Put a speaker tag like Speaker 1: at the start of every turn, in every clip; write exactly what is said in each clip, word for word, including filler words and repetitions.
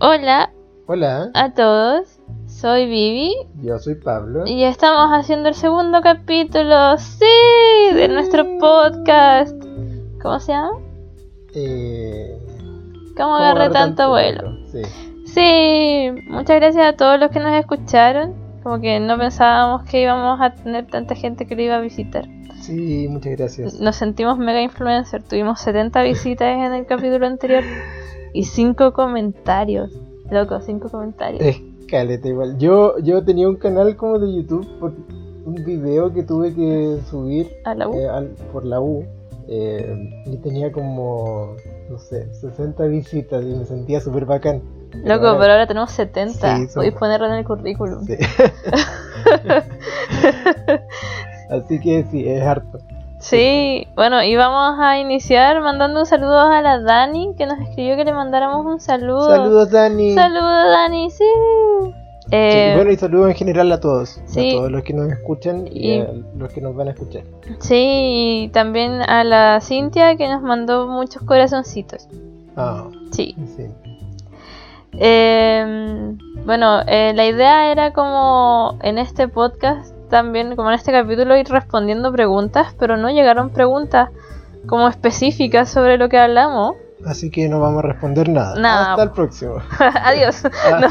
Speaker 1: Hola
Speaker 2: Hola,
Speaker 1: a todos, soy Vivi
Speaker 2: yo soy Pablo.
Speaker 1: y estamos haciendo el segundo capítulo, sí, de nuestro podcast. ¿Cómo se llama?
Speaker 2: Eh,
Speaker 1: ¿Cómo agarré tanto vuelo?
Speaker 2: Sí.
Speaker 1: Sí, muchas gracias a todos los que nos escucharon. Como que no pensábamos que íbamos a tener tanta gente que lo iba a visitar.
Speaker 2: Sí, muchas gracias.
Speaker 1: Nos sentimos mega influencer. Tuvimos setenta visitas en el capítulo anterior y cinco comentarios. Loco, cinco comentarios.
Speaker 2: Es caleta igual. Yo, yo tenía un canal como de YouTube por un video que tuve que subir
Speaker 1: ¿A la U?
Speaker 2: eh, al- por la U. eh, y tenía como, no sé, sesenta visitas y me sentía súper bacán.
Speaker 1: Loco,
Speaker 2: ahora-
Speaker 1: pero ahora tenemos setenta.
Speaker 2: Sí, son-
Speaker 1: Podéis ponerlo en el currículum.
Speaker 2: Sí. Así que sí, es harto.
Speaker 1: Sí, bueno, y vamos a iniciar mandando un saludo a la Dani, que nos escribió que le mandáramos un saludo.
Speaker 2: Saludos, Dani.
Speaker 1: Saludos, Dani, sí.
Speaker 2: Sí,
Speaker 1: Eh,
Speaker 2: y bueno, y saludos en general a todos,
Speaker 1: sí.
Speaker 2: a todos los que nos escuchan y,
Speaker 1: Y-
Speaker 2: a los que nos van a escuchar.
Speaker 1: sí, y también a la Cintia, que nos mandó muchos corazoncitos.
Speaker 2: Ah,
Speaker 1: Sí.
Speaker 2: sí.
Speaker 1: Eh, bueno, eh, la idea era como en este podcast, también como en este capítulo, ir respondiendo preguntas, pero no llegaron preguntas como específicas sobre lo que hablamos.
Speaker 2: Así que no vamos a responder nada.
Speaker 1: Nada.
Speaker 2: Hasta el próximo.
Speaker 1: Adiós.
Speaker 2: Ah,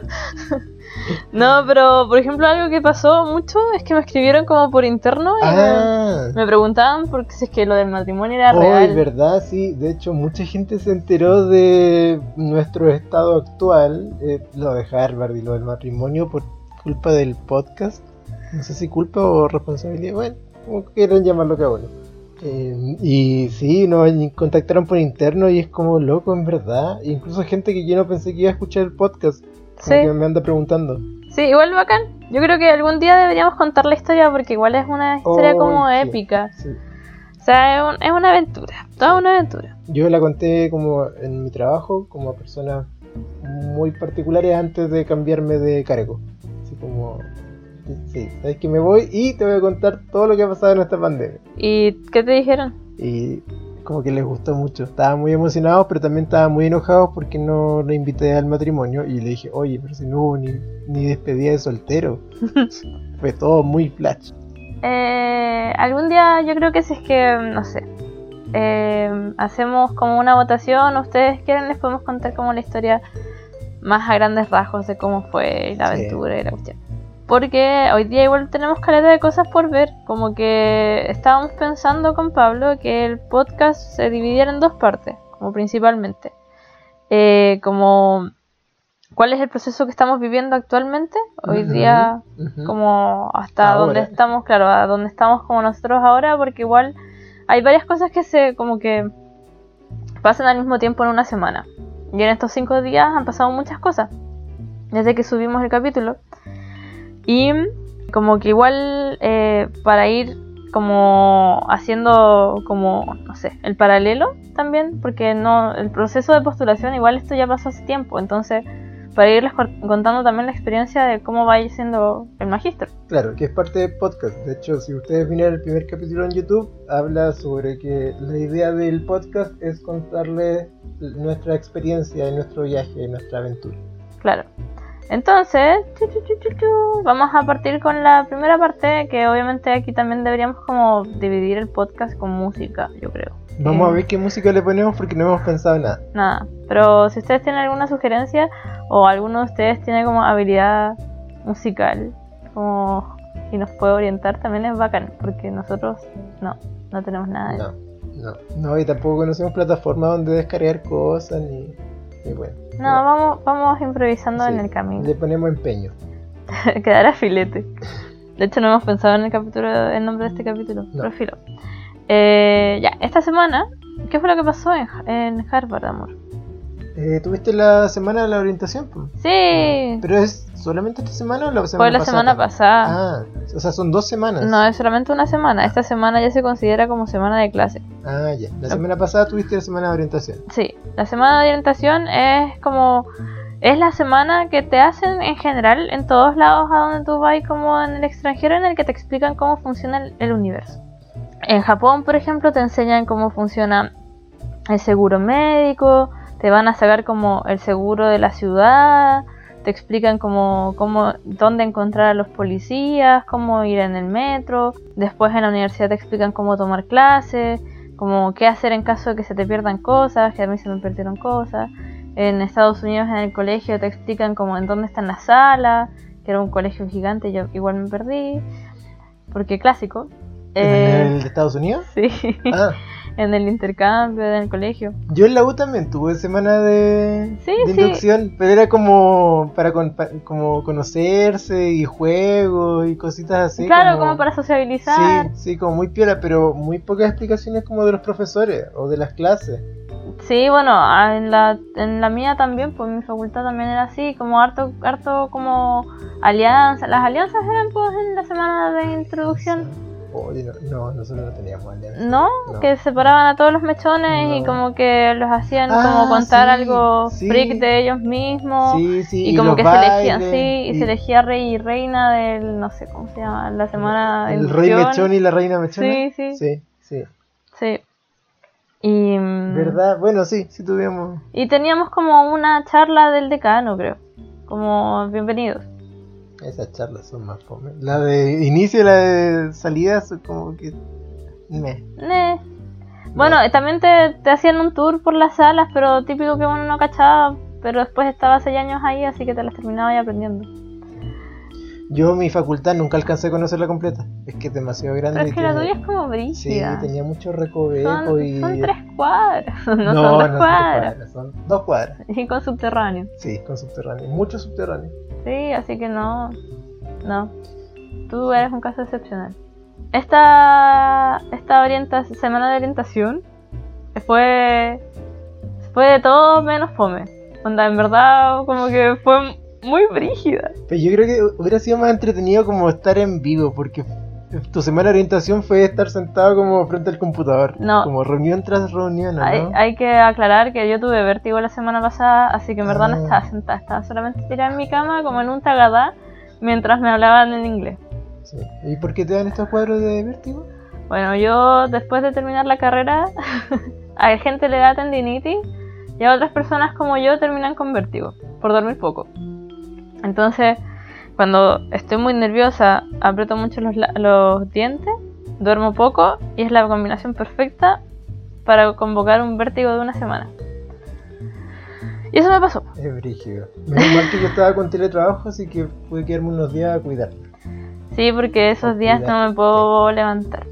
Speaker 1: No, pero por ejemplo algo que pasó mucho es que me escribieron como por interno y
Speaker 2: ah.
Speaker 1: me, me preguntaban porque si es que lo del matrimonio era
Speaker 2: Oh,
Speaker 1: real.
Speaker 2: es verdad, sí. De hecho, mucha gente se enteró de nuestro estado actual, eh, lo de Harvard y lo del matrimonio por culpa del podcast. No sé si culpa o responsabilidad. Bueno, como quieran llamarlo cada uno. Eh, y sí, nos contactaron por interno y es como loco, en verdad. Incluso gente que yo no pensé que iba a escuchar el podcast. Como
Speaker 1: Sí.
Speaker 2: que me anda preguntando.
Speaker 1: Sí, igual bacán. Yo creo que algún día deberíamos contar la historia porque igual es una historia
Speaker 2: Oh,
Speaker 1: como
Speaker 2: sí,
Speaker 1: épica.
Speaker 2: sí.
Speaker 1: O sea, es, un- es una aventura, toda una aventura.
Speaker 2: Yo la conté como en mi trabajo, como a personas muy particulares antes de cambiarme de cargo. Así como, sí, sabes que me voy y te voy a contar todo lo que ha pasado en esta pandemia.
Speaker 1: ¿Y qué te dijeron?
Speaker 2: Y como que les gustó mucho. Estaban muy emocionados, pero también estaban muy enojados porque no lo invité al matrimonio. Y le dije, oye, pero si no hubo ni, ni despedida de soltero. Fue todo muy flash.
Speaker 1: Eh, algún día yo creo que si es que, no sé, eh, hacemos como una votación, ustedes quieren, les podemos contar como la historia más a grandes rasgos de cómo fue la
Speaker 2: Sí.
Speaker 1: aventura y la cuestión. Porque hoy día igual tenemos caleta de cosas por ver, como que estábamos pensando con Pablo que el podcast se dividiera en dos partes, como principalmente. Eh, como cuál es el proceso que estamos viviendo actualmente, hoy
Speaker 2: Ujú,
Speaker 1: día
Speaker 2: ujú.
Speaker 1: como hasta
Speaker 2: Ahora.
Speaker 1: donde estamos, claro, a donde estamos como nosotros ahora, porque igual hay varias cosas que se como que pasan al mismo tiempo en una semana. Y en estos cinco días han pasado muchas cosas desde que subimos el capítulo. Y como que igual eh, para ir como haciendo como, no sé, el paralelo también, porque no el proceso de postulación igual esto ya pasó hace tiempo, entonces para irles cor- contando también la experiencia de cómo va a ir siendo el magíster.
Speaker 2: Claro, que es parte del podcast. De hecho, si ustedes miran el primer capítulo en YouTube, habla sobre que la idea del podcast es contarles nuestra experiencia en nuestro viaje, en nuestra aventura.
Speaker 1: Claro. Entonces, chu, chu, chu, chu, chu, vamos a partir con la primera parte, que obviamente aquí también deberíamos como dividir el podcast con música, yo creo.
Speaker 2: Vamos
Speaker 1: Eh,
Speaker 2: a ver qué música le ponemos porque no hemos pensado en nada.
Speaker 1: Nada, pero si ustedes tienen alguna sugerencia o alguno de ustedes tiene como habilidad musical como y nos puede orientar, también es bacán, porque nosotros no, no tenemos nada de
Speaker 2: No,
Speaker 1: eso.
Speaker 2: no, no, y tampoco conocemos plataformas donde descargar cosas ni, ni bueno.
Speaker 1: No, vamos, vamos improvisando
Speaker 2: Sí,
Speaker 1: en el camino.
Speaker 2: le ponemos empeño.
Speaker 1: Quedará filete. De hecho no hemos pensado en el capítulo, el nombre de este capítulo,
Speaker 2: No.
Speaker 1: pero filo. Eh, ya, esta semana, ¿qué fue lo que pasó en, en Harvard, amor?
Speaker 2: Eh, ¿Tuviste la semana de la orientación? po?
Speaker 1: Sí,
Speaker 2: ¿Pero es solamente esta semana o la semana
Speaker 1: fue la
Speaker 2: pasada?
Speaker 1: semana pasada.
Speaker 2: Ah, o sea, son dos semanas.
Speaker 1: No, es solamente una semana. Esta semana ya se considera como semana de clase.
Speaker 2: Ah, ya. La semana pasada tuviste la semana de orientación.
Speaker 1: Sí, la semana de orientación es como... Es la semana que te hacen en general en todos lados a donde tú vas, como en el extranjero, en el que te explican cómo funciona el, el universo. En Japón, por ejemplo, te enseñan cómo funciona el seguro médico, te van a sacar como el seguro de la ciudad, te explican como, como dónde encontrar a los policías, cómo ir en el metro. Después en la universidad te explican cómo tomar clases, como qué hacer en caso de que se te pierdan cosas, que a mí se me perdieron cosas. En Estados Unidos en el colegio te explican como en dónde están las salas, que era un colegio gigante y yo igual me perdí, porque clásico.
Speaker 2: ¿En
Speaker 1: Eh,
Speaker 2: el de Estados Unidos?
Speaker 1: Sí,
Speaker 2: Ah,
Speaker 1: en el intercambio, en el colegio.
Speaker 2: yo en la U también tuve semana de,
Speaker 1: Sí,
Speaker 2: de
Speaker 1: sí.
Speaker 2: inducción, pero era como para con- pa- como conocerse y juegos y cositas así.
Speaker 1: Claro, como para sociabilizar.
Speaker 2: Sí, sí, como muy piola, pero muy pocas explicaciones como de los profesores o de las clases.
Speaker 1: Sí, bueno, ah, en la, en la mía también, pues mi facultad también era así, como harto, harto como alianza. Las alianzas eran pues en la semana de introducción,
Speaker 2: Oye, no, no, nosotros no teníamos alianza.
Speaker 1: ¿no?
Speaker 2: No.
Speaker 1: Que separaban a todos los mechones y
Speaker 2: No.
Speaker 1: como que los hacían
Speaker 2: Ah,
Speaker 1: como contar
Speaker 2: sí,
Speaker 1: algo
Speaker 2: sí.
Speaker 1: freak de ellos mismos.
Speaker 2: Sí, sí,
Speaker 1: Y como
Speaker 2: los
Speaker 1: que se elegían,
Speaker 2: bailes,
Speaker 1: sí, y, se elegía rey y reina del, no sé cómo se llama, la semana de
Speaker 2: el rey
Speaker 1: inducción.
Speaker 2: mechón y la reina mechona.
Speaker 1: Sí, sí.
Speaker 2: Sí, sí.
Speaker 1: Sí. Y, mm,
Speaker 2: ¿Verdad? Bueno, sí, sí tuvimos.
Speaker 1: y teníamos como una charla del decano, creo. Como bienvenidos.
Speaker 2: Esas charlas son más fome. La de inicio y la de salida son como que. Meh.
Speaker 1: Ne. Bueno, también te, te hacían un tour por las salas, pero típico que uno no cachaba. Pero después estaba seis años ahí, así que te las terminaba ya aprendiendo.
Speaker 2: Yo mi facultad nunca alcancé a conocerla completa. Es que es demasiado grande.
Speaker 1: Pero es
Speaker 2: y
Speaker 1: que la
Speaker 2: tiene-
Speaker 1: tuya es como
Speaker 2: Sí,
Speaker 1: brígida.
Speaker 2: tenía mucho recoveco
Speaker 1: son,
Speaker 2: y.
Speaker 1: son tres cuadras, no,
Speaker 2: no,
Speaker 1: son dos
Speaker 2: no son
Speaker 1: cuadras.
Speaker 2: cuadras, son dos cuadras.
Speaker 1: Y con subterráneo.
Speaker 2: Sí, con subterráneo. Mucho subterráneo.
Speaker 1: Sí, así que no. No. Tú eres un caso excepcional. Esta, esta orienta- semana de orientación fue. Fue de todo menos fome. Onda, en verdad, como que fue muy brígida.
Speaker 2: Pero yo creo que hubiera sido más entretenido como estar en vivo, porque tu semana de orientación fue estar sentado como frente al computador.
Speaker 1: No.
Speaker 2: Como reunión tras reunión, ¿no?
Speaker 1: Hay, hay que aclarar que yo tuve vértigo la semana pasada, así que en verdad no
Speaker 2: Ah.
Speaker 1: estaba sentada, estaba solamente tirada en mi cama como en un tagadá mientras me hablaban en inglés.
Speaker 2: Sí. ¿Y por qué te dan estos cuadros de vértigo?
Speaker 1: Bueno, yo después de terminar la carrera, a gente le da tendinitis y a otras personas como yo terminan con vértigo por dormir poco. Entonces, cuando estoy muy nerviosa, aprieto mucho los, la- los dientes, duermo poco y es la combinación perfecta para convocar un vértigo de una semana. Y eso me pasó.
Speaker 2: Es brígido. Menos mal que yo estaba con teletrabajo, así que pude quedarme unos días a cuidar.
Speaker 1: Sí, porque esos días no me puedo levantar.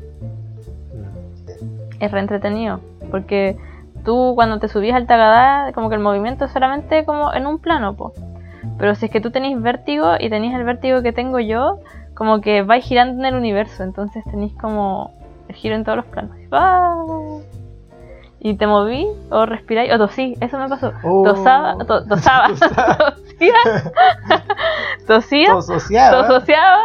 Speaker 1: Es re entretenido, porque tú cuando te subís al tagadá, como que el movimiento es solamente como en un plano, po. Pero si es que tú tenés vértigo y tenés el vértigo que tengo yo, como que vais girando en el universo, entonces tenés como el giro en todos los planos. ¡Ah! Y te moví, o respiráis, o tosí, eso me pasó.
Speaker 2: Oh.
Speaker 1: Tosaba, to- tosaba,
Speaker 2: Tosaba.
Speaker 1: tosía, tosía,
Speaker 2: Tosociaba.
Speaker 1: tosociaba.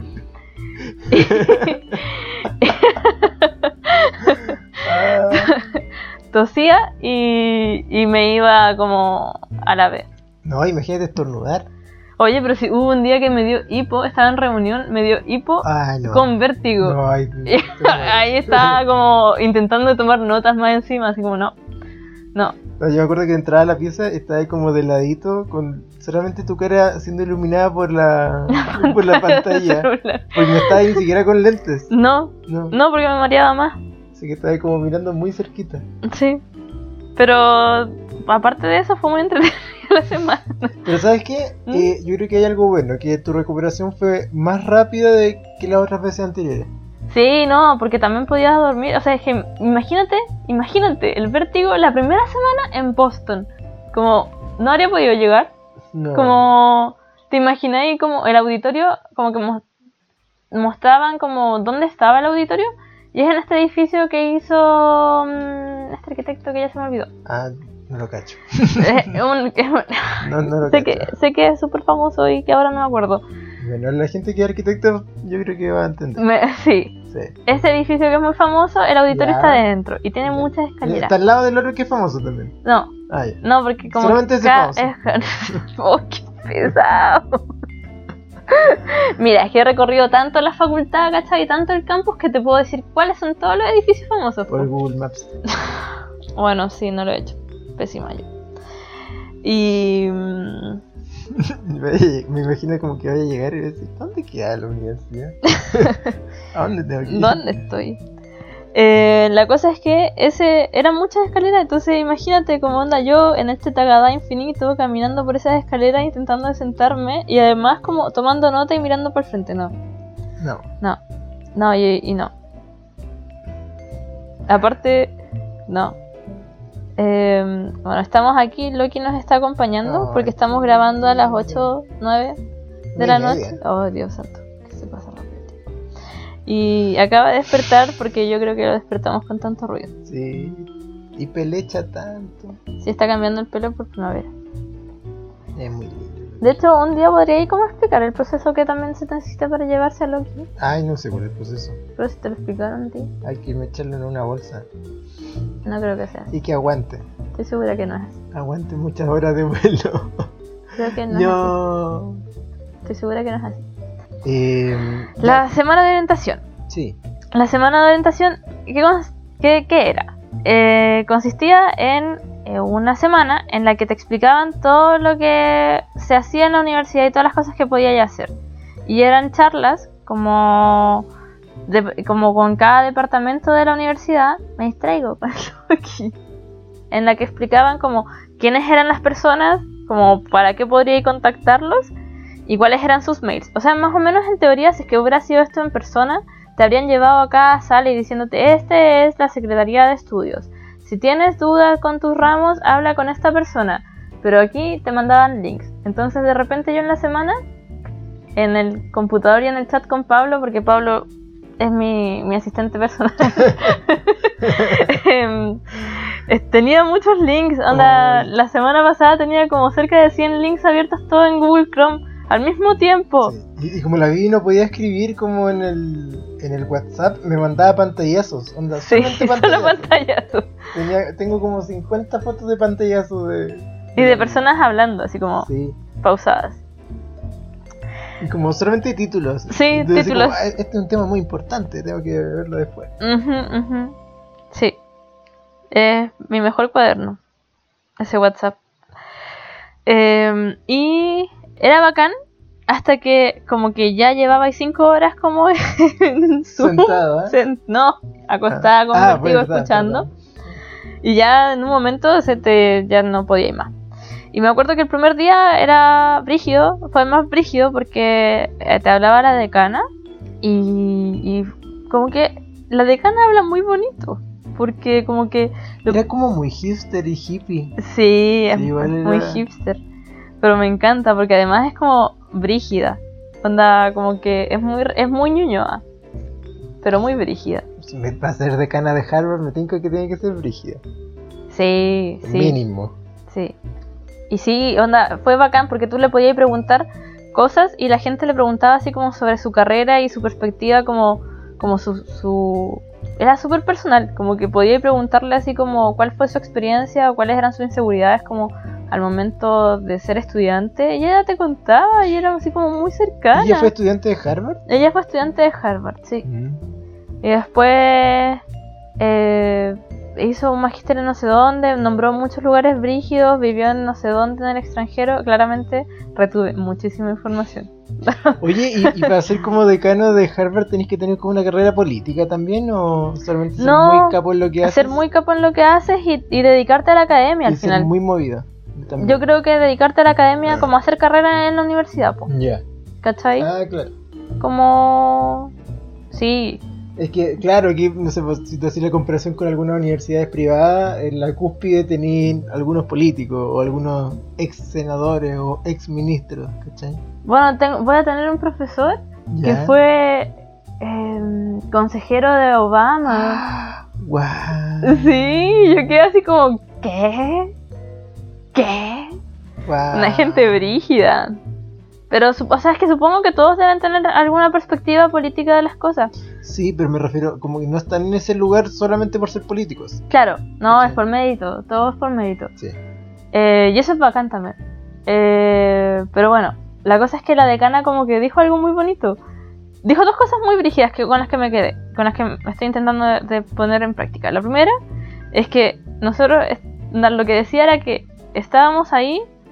Speaker 2: Ah,
Speaker 1: Tosía y, y me iba como a la vez.
Speaker 2: no, imagínate estornudar.
Speaker 1: Oye, pero si hubo un día que me dio hipo, estaba en reunión, me dio hipo
Speaker 2: Ah, no.
Speaker 1: con vértigo.
Speaker 2: No, ay,
Speaker 1: Ahí estaba como intentando tomar notas más encima, así como no, no.
Speaker 2: No, yo me acuerdo que entraba a la pieza, estaba ahí como de ladito, con solamente tu cara siendo iluminada por la, por la pantalla.
Speaker 1: Celular.
Speaker 2: Porque no estaba ahí ni siquiera con lentes.
Speaker 1: No,
Speaker 2: No.
Speaker 1: no, porque me mareaba más.
Speaker 2: Así que estaba ahí como mirando muy cerquita.
Speaker 1: Sí. Pero aparte de eso fue muy entretenida la semana.
Speaker 2: Pero ¿sabes qué?
Speaker 1: ¿Mm?
Speaker 2: Eh, yo creo que hay algo bueno, que tu recuperación fue más rápida de que las otras veces anteriores.
Speaker 1: Sí, no, porque también podías dormir. O sea, es que imagínate, imagínate, el vértigo la primera semana en Boston. Como no habría podido llegar.
Speaker 2: No.
Speaker 1: Como te imagináis como el auditorio, como que mo- mostraban como dónde estaba el auditorio. Y es en este edificio que hizo mm, este arquitecto que ya se me olvidó.
Speaker 2: Ah, no lo cacho.
Speaker 1: Es un- es un-
Speaker 2: No, no lo
Speaker 1: sé,
Speaker 2: cacho.
Speaker 1: que, sé que es súper famoso y que ahora no me acuerdo.
Speaker 2: Bueno, la gente que es arquitecto yo creo que va a entender.
Speaker 1: Me- sí,
Speaker 2: Sí.
Speaker 1: ese edificio que es muy famoso, el auditorio
Speaker 2: Ya.
Speaker 1: está dentro y tiene
Speaker 2: Ya.
Speaker 1: muchas escaleras.
Speaker 2: Está al lado del otro que es famoso también.
Speaker 1: No,
Speaker 2: Ah, ya.
Speaker 1: no, porque como
Speaker 2: Solamente ese
Speaker 1: acá
Speaker 2: famoso.
Speaker 1: es- oh, qué pesado. Mira, es que he recorrido tanto la facultad, ¿cachai? Y tanto el campus que te puedo decir cuáles son todos los edificios famosos.
Speaker 2: Por
Speaker 1: po.
Speaker 2: Google Maps.
Speaker 1: Bueno, sí, no lo he hecho. Pésima yo. Y... mm,
Speaker 2: Me imagino como que vaya a llegar y voy a decir, ¿dónde queda la universidad? ¿A dónde tengo que ir?
Speaker 1: ¿Dónde estoy? Eh, la cosa es que ese eran muchas escaleras, entonces imagínate cómo anda yo en este Tagadá infinito, caminando por esas escaleras intentando de sentarme y además como tomando nota y mirando para el frente. No,
Speaker 2: No.
Speaker 1: no, no y, y no. Aparte, no. Eh, bueno, estamos aquí, Loki nos está acompañando
Speaker 2: Ay,
Speaker 1: porque estamos grabando a las ocho, nueve de
Speaker 2: Nueve
Speaker 1: la
Speaker 2: y
Speaker 1: noche.
Speaker 2: media.
Speaker 1: Oh, Dios santo, que se pasa rápido el tiempo. Y acaba de despertar porque yo creo que lo despertamos con tanto ruido.
Speaker 2: Sí. Y pelecha tanto.
Speaker 1: Sí, está cambiando el pelo por primavera.
Speaker 2: Es muy lindo.
Speaker 1: De hecho, un día podría ir como explicar el proceso que también se necesita para llevarse a Loki.
Speaker 2: Ay, no sé cuál es el proceso.
Speaker 1: Pero si te lo explicaron a ti,
Speaker 2: Hay que echarlo en una bolsa.
Speaker 1: no creo que sea así.
Speaker 2: Y que aguante.
Speaker 1: Estoy segura que no es así.
Speaker 2: Aguante muchas horas de vuelo.
Speaker 1: Creo que no es
Speaker 2: Yo...
Speaker 1: así. Estoy segura que no es así.
Speaker 2: Eh,
Speaker 1: La semana de orientación.
Speaker 2: Sí.
Speaker 1: La semana de orientación, ¿qué, cons- qué, qué era? Eh, consistía en eh, una semana en la que te explicaban todo lo que se hacía en la universidad y todas las cosas que podías hacer. Y eran charlas como, de- como con cada departamento de la universidad. Me distraigo con lo aquí. En la que explicaban como quiénes eran las personas, como para qué podría contactarlos y cuáles eran sus mails. O sea, más o menos en teoría, si es que hubiera sido esto en persona, te habrían llevado a cada sala y diciéndote, este es la Secretaría de Estudios. Si tienes dudas con tus ramos, habla con esta persona. Pero aquí te mandaban links. Entonces de repente yo en la semana, en el computador y en el chat con Pablo, porque Pablo es mi, mi asistente personal, em, eh, tenía muchos links. Onda,
Speaker 2: Ay.
Speaker 1: la semana pasada tenía como cerca de cien links abiertos todo en Google Chrome al mismo tiempo.
Speaker 2: Sí. Y, y como la vi no podía escribir como en el, en el WhatsApp, me mandaba pantallazos. Onda,
Speaker 1: Sí,
Speaker 2: solamente
Speaker 1: solo
Speaker 2: pantallazos.
Speaker 1: pantallazos.
Speaker 2: Tenía, tengo como cincuenta fotos de pantallazos de...
Speaker 1: Y de personas hablando, así como
Speaker 2: Sí.
Speaker 1: pausadas.
Speaker 2: Y como solamente títulos.
Speaker 1: Sí,
Speaker 2: Entonces,
Speaker 1: títulos.
Speaker 2: como, "Ah, este es un tema muy importante, tengo que verlo después".
Speaker 1: Ujú, ujú. Sí. Es mi mejor cuaderno. Ese WhatsApp. Eh, y era bacán hasta que como que ya llevabais cinco horas como en Zoom.
Speaker 2: Sentada.
Speaker 1: Sen- no, acostada con
Speaker 2: Ah,
Speaker 1: vértigo
Speaker 2: verdad,
Speaker 1: escuchando.
Speaker 2: verdad.
Speaker 1: Y ya en un momento se te ya no podía ir más. Y me acuerdo que el primer día era brígido, fue más brígido porque eh, te hablaba la decana y, y como que la decana habla muy bonito, porque como que lo-
Speaker 2: Era como muy hipster y hippie.
Speaker 1: sí, es
Speaker 2: Sí, igual
Speaker 1: muy
Speaker 2: era-
Speaker 1: hipster, pero me encanta porque además es como brígida, onda como que es muy es muy ñuñoa, pero muy brígida.
Speaker 2: Si me va a ser decana de Harvard, me tengo que tiene que ser brígida.
Speaker 1: Sí, sí.
Speaker 2: Mínimo.
Speaker 1: Sí. Y sí, onda, fue bacán porque tú le podías preguntar cosas y la gente le preguntaba así como sobre su carrera y su perspectiva como, como su, su... Era súper personal, como que podías preguntarle así como cuál fue su experiencia o cuáles eran sus inseguridades como al momento de ser estudiante. Y ella te contaba y era así como muy cercana.
Speaker 2: ¿Ella fue estudiante de Harvard?
Speaker 1: Ella fue estudiante de Harvard, sí.
Speaker 2: Mm.
Speaker 1: Y después eh, hizo un magíster en no sé dónde, nombró muchos lugares brígidos, vivió en no sé dónde en el extranjero. Claramente retuve muchísima información.
Speaker 2: Oye, ¿y, y para ser como decano de Harvard tenés que tener como una carrera política también? ¿O solamente ser
Speaker 1: No,
Speaker 2: muy capo en lo que haces?
Speaker 1: Ser muy capo en lo que haces y, y dedicarte a la academia
Speaker 2: y
Speaker 1: al
Speaker 2: ser
Speaker 1: final.
Speaker 2: muy movido. También.
Speaker 1: Yo creo que dedicarte a la academia como hacer carrera en la universidad, po,
Speaker 2: Ya.
Speaker 1: ¿cachai?
Speaker 2: Ah, claro.
Speaker 1: Como... Sí,
Speaker 2: Es que, claro, aquí, no sé, pues, si te haces la comparación con algunas universidades privadas, en la cúspide tenéis algunos políticos o algunos ex senadores o ex ministros, ¿cachai?
Speaker 1: bueno, tengo- voy a tener un profesor que
Speaker 2: Ya.
Speaker 1: fue eh, consejero de Obama.
Speaker 2: Guau.
Speaker 1: Sí, yo quedé así como, ¿qué? ¿Qué?
Speaker 2: Guau.
Speaker 1: Una gente brígida. Pero, sup- o sea, es que supongo que todos deben tener alguna perspectiva política de las cosas.
Speaker 2: Sí, pero me refiero, como que no están en ese lugar solamente por ser políticos.
Speaker 1: Claro, no,
Speaker 2: Sí.
Speaker 1: es por mérito, todo es por mérito.
Speaker 2: Sí.
Speaker 1: Eh, y eso es bacán también. Eh, pero bueno, la cosa es que la decana como que dijo algo muy bonito. Dijo dos cosas muy brígidas que, con las que me quedé, con las que me estoy intentando de, de poner en práctica. La primera es que nosotros, es- lo que decía era que estábamos ahí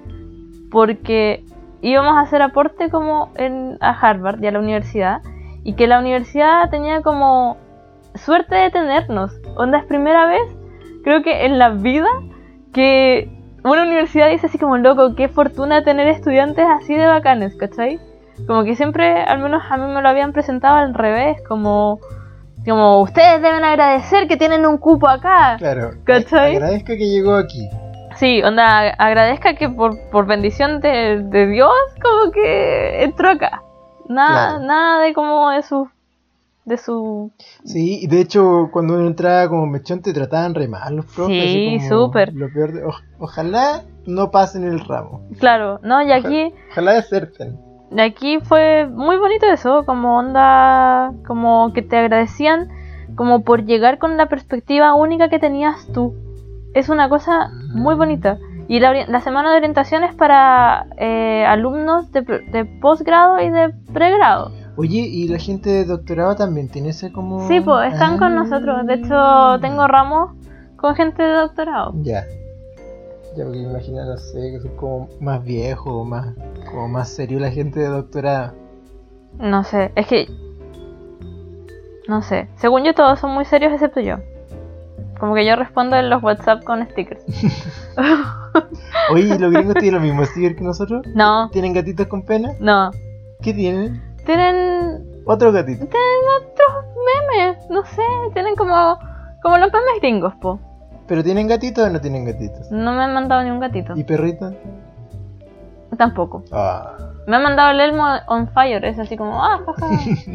Speaker 1: porque íbamos a hacer aporte como en, a Harvard y a la universidad, y que la universidad tenía como suerte de tenernos. Onda, es primera vez, creo que en la vida, que una universidad dice así como, loco, qué fortuna tener estudiantes así de bacanes, ¿cachai? Como que siempre, al menos a mí me lo habían presentado al revés, como, como ustedes deben agradecer que tienen un cupo acá.
Speaker 2: Claro,
Speaker 1: ¿cachai?
Speaker 2: Agradezca que llegó aquí.
Speaker 1: Sí, onda, agradezca que por, por bendición de, de Dios, como que entró acá. Nada,
Speaker 2: Claro.
Speaker 1: nada de como de su... de su...
Speaker 2: Sí, y de hecho cuando uno entraba como mechón te trataban re mal los profes.
Speaker 1: Sí,
Speaker 2: así como
Speaker 1: súper.
Speaker 2: Lo peor de, o- ojalá no pasen el ramo.
Speaker 1: Claro, ¿no? Y aquí...
Speaker 2: Ojalá deserten.
Speaker 1: Y aquí fue muy bonito eso, como onda, como que te agradecían como por llegar con la perspectiva única que tenías tú. Es una cosa muy bonita. Y la, ori- la semana de orientación es para eh, alumnos de, pre- de posgrado y de pregrado.
Speaker 2: Oye, ¿y la gente de doctorado también tiene ese como...?
Speaker 1: Sí, pues están
Speaker 2: Ah.
Speaker 1: con nosotros. De hecho, tengo ramos con gente de doctorado.
Speaker 2: Ya. Ya, porque me imagino, no sé, que son como más viejos, más, como más serio la gente de doctorado.
Speaker 1: No sé, es que... No sé. Según yo todos son muy serios excepto yo. Como que yo respondo en los WhatsApp con stickers.
Speaker 2: Oye, ¿y los gringos tienen lo mismo sticker que nosotros?
Speaker 1: No,
Speaker 2: ¿Tienen gatitos con pena?
Speaker 1: no.
Speaker 2: ¿Qué tienen?
Speaker 1: Tienen...
Speaker 2: Otro gatito.
Speaker 1: Tienen otros memes. No sé, tienen como... Como los memes gringos, po.
Speaker 2: ¿Pero tienen gatitos o no tienen gatitos?
Speaker 1: No me han mandado ni un gatito.
Speaker 2: ¿Y perritos?
Speaker 1: Tampoco.
Speaker 2: Ah.
Speaker 1: Me han mandado el Elmo on fire. Es así como... Ah, jaja.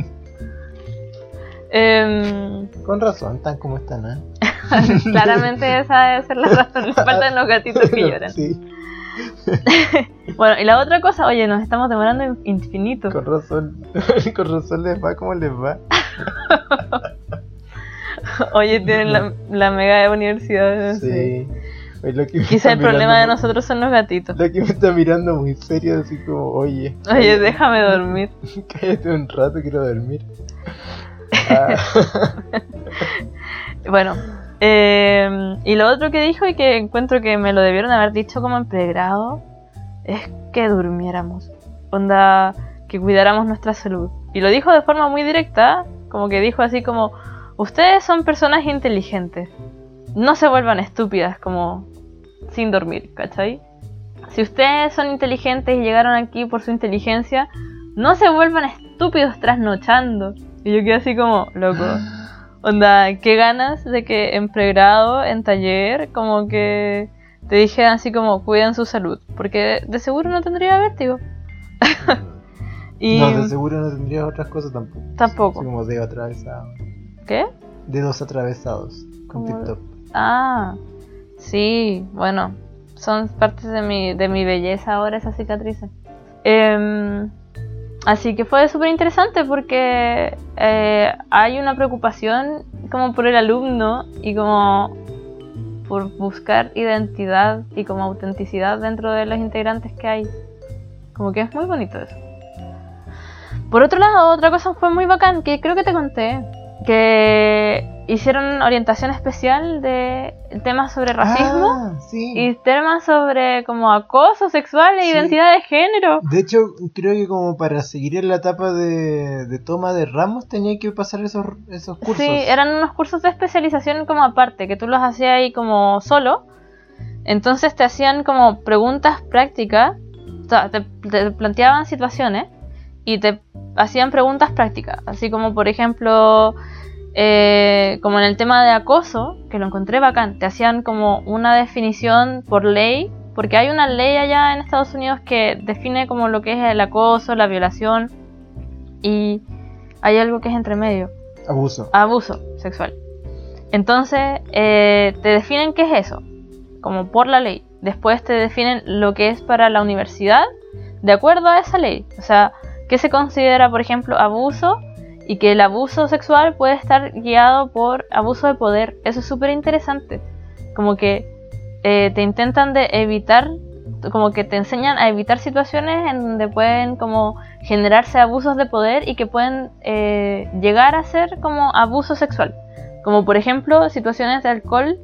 Speaker 1: Em,
Speaker 2: Con razón, tan como están, ¿eh?
Speaker 1: claramente esa debe ser la razón. Le faltan los gatitos que lloran.
Speaker 2: Sí,
Speaker 1: Bueno, y la otra cosa, oye, nos estamos demorando in- infinito.
Speaker 2: con razón. Con razón les va como les va.
Speaker 1: Oye, tienen la, la mega universidad. Sí.
Speaker 2: Sí. Oye, lo que me
Speaker 1: Quizá
Speaker 2: está
Speaker 1: el problema
Speaker 2: mirando
Speaker 1: de
Speaker 2: muy-
Speaker 1: nosotros son los gatitos.
Speaker 2: Lo que me está mirando muy serio, así como, oye.
Speaker 1: Oye, déjame dormir.
Speaker 2: Cállate un rato, quiero dormir. Ah.
Speaker 1: Bueno, eh, y lo otro que dijo y que encuentro que me lo debieron haber dicho como en pregrado es que durmiéramos. Onda, que cuidáramos nuestra salud. Y lo dijo de forma muy directa, como que dijo así como, ustedes son personas inteligentes. No se vuelvan estúpidas como sin dormir, ¿cachai? Si ustedes son inteligentes y llegaron aquí por su inteligencia, no se vuelvan estúpidos trasnochando. Y yo quedé así como, loco. Onda, qué ganas de que en pregrado, en taller, como que te dijeran así como, cuiden su salud. Porque de seguro no tendría vértigo. Y
Speaker 2: No, de seguro no tendría otras cosas tampoco.
Speaker 1: tampoco.
Speaker 2: Así como dedo atravesado.
Speaker 1: ¿Qué?
Speaker 2: Dedos atravesados. Con
Speaker 1: ¿Cómo?
Speaker 2: TikTok.
Speaker 1: Ah, sí, bueno, son partes de mi, de mi belleza ahora esas cicatrices. Em, así que fue súper interesante porque eh, hay una preocupación como por el alumno y como por buscar identidad y como autenticidad dentro de los integrantes que hay. Como que es muy bonito eso. Por otro lado, otra cosa fue muy bacán, que creo que te conté, que hicieron orientación especial de temas sobre racismo
Speaker 2: Ah, sí.
Speaker 1: y temas sobre como acoso sexual e
Speaker 2: Sí.
Speaker 1: identidad de género.
Speaker 2: De hecho, creo que como para seguir en la etapa de, de toma de ramos tenía que pasar esos, esos cursos.
Speaker 1: Sí, eran unos cursos de especialización como aparte, que tú los hacías ahí como solo. Entonces te hacían como preguntas prácticas, o sea, te, te planteaban situaciones y te hacían preguntas prácticas, así como por ejemplo, eh, como en el tema de acoso, que lo encontré bacán, te hacían como una definición por ley, porque hay una ley allá en Estados Unidos que define como lo que es el acoso, la violación, y hay algo que es entre medio,
Speaker 2: Abuso.
Speaker 1: abuso sexual. Entonces, eh, te definen qué es eso, como por la ley. Después te definen lo que es para la universidad, de acuerdo a esa ley. O sea, qué se considera, por ejemplo, abuso, y que el abuso sexual puede estar guiado por abuso de poder. Eso es súper interesante. Como que eh, te intentan de evitar, como que te enseñan a evitar situaciones en donde pueden como generarse abusos de poder y que pueden eh, llegar a ser como abuso sexual. Como por ejemplo situaciones de alcohol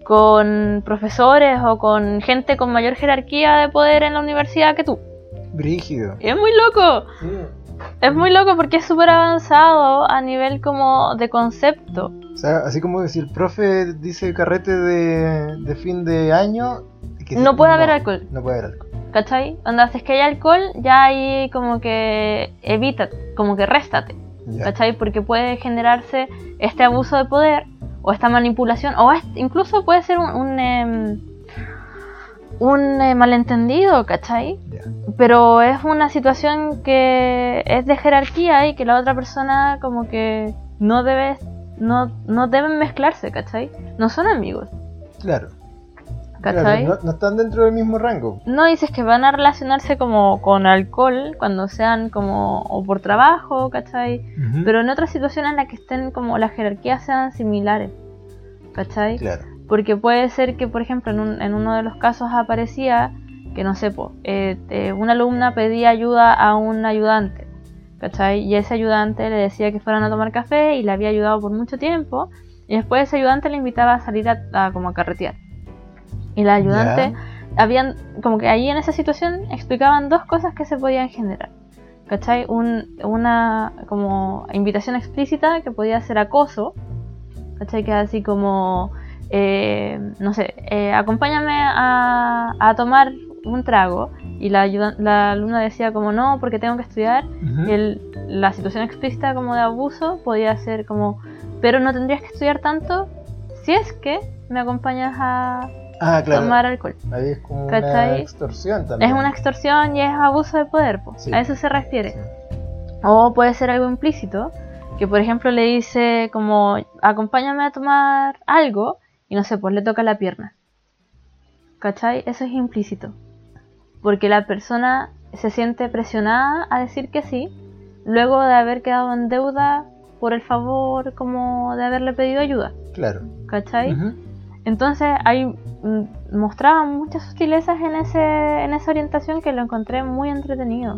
Speaker 1: con profesores o con gente con mayor jerarquía de poder en la universidad que tú.
Speaker 2: Brígido.
Speaker 1: Y es muy loco.
Speaker 2: Sí.
Speaker 1: Es muy loco porque es súper avanzado a nivel como de concepto.
Speaker 2: O sea, así como si el profe dice carrete de, de fin de año... Que
Speaker 1: no puede haber alcohol.
Speaker 2: No puede haber alcohol.
Speaker 1: ¿Cachai? Onda, si es que hay alcohol, ya ahí como que evita, como que réstate.
Speaker 2: Ya.
Speaker 1: ¿Cachai? Porque puede generarse este abuso de poder o esta manipulación, o es, incluso puede ser un, un, eh, un eh, malentendido, ¿cachai?
Speaker 2: Ya.
Speaker 1: Pero es una situación que es de jerarquía y que la otra persona como que no debe, no, no deben mezclarse, ¿cachai? No son amigos,
Speaker 2: Claro.
Speaker 1: ¿cachai?
Speaker 2: Claro, no, no están dentro del mismo rango.
Speaker 1: No dices que van a relacionarse como con alcohol cuando sean como o por trabajo, ¿cachai?
Speaker 2: Ujú.
Speaker 1: Pero en otras situaciones en las que estén como las jerarquías sean similares, ¿cachai?
Speaker 2: Claro.
Speaker 1: Porque puede ser que, por ejemplo, en, un, en uno de los casos aparecía que, no sé, po, eh, eh, una alumna pedía ayuda a un ayudante, ¿cachai? Y ese ayudante le decía que fueran a tomar café y le había ayudado por mucho tiempo, y después ese ayudante le invitaba a salir a, a como a carretear. Y la ayudante,
Speaker 2: Ya.
Speaker 1: habían, como que ahí en esa situación explicaban dos cosas que se podían generar, ¿cachai? Un, una como invitación explícita que podía ser acoso, ¿cachai? Que así como, eh, no sé, eh, acompáñame a, a tomar un trago, y la, ayuda, la alumna decía como no, porque tengo que estudiar,
Speaker 2: Ujú.
Speaker 1: y el, la situación explícita como de abuso podía ser como, pero no tendrías que estudiar tanto si es que me acompañas a
Speaker 2: Ah, claro.
Speaker 1: tomar alcohol.
Speaker 2: Ahí es como una
Speaker 1: ¿Cachai?
Speaker 2: extorsión también.
Speaker 1: Es una extorsión y es abuso de poder, po.
Speaker 2: Sí.
Speaker 1: A eso se refiere.
Speaker 2: Sí.
Speaker 1: O puede ser algo implícito, que por ejemplo le dice como acompáñame a tomar algo y no sé, pues le toca la pierna. ¿Cachai? Eso es implícito. Porque la persona se siente presionada a decir que sí, luego de haber quedado en deuda por el favor como de haberle pedido ayuda.
Speaker 2: Claro.
Speaker 1: ¿Cachai?
Speaker 2: Ujú.
Speaker 1: Entonces ahí mm, mostraban muchas sutilezas en ese en esa orientación que lo encontré muy entretenido,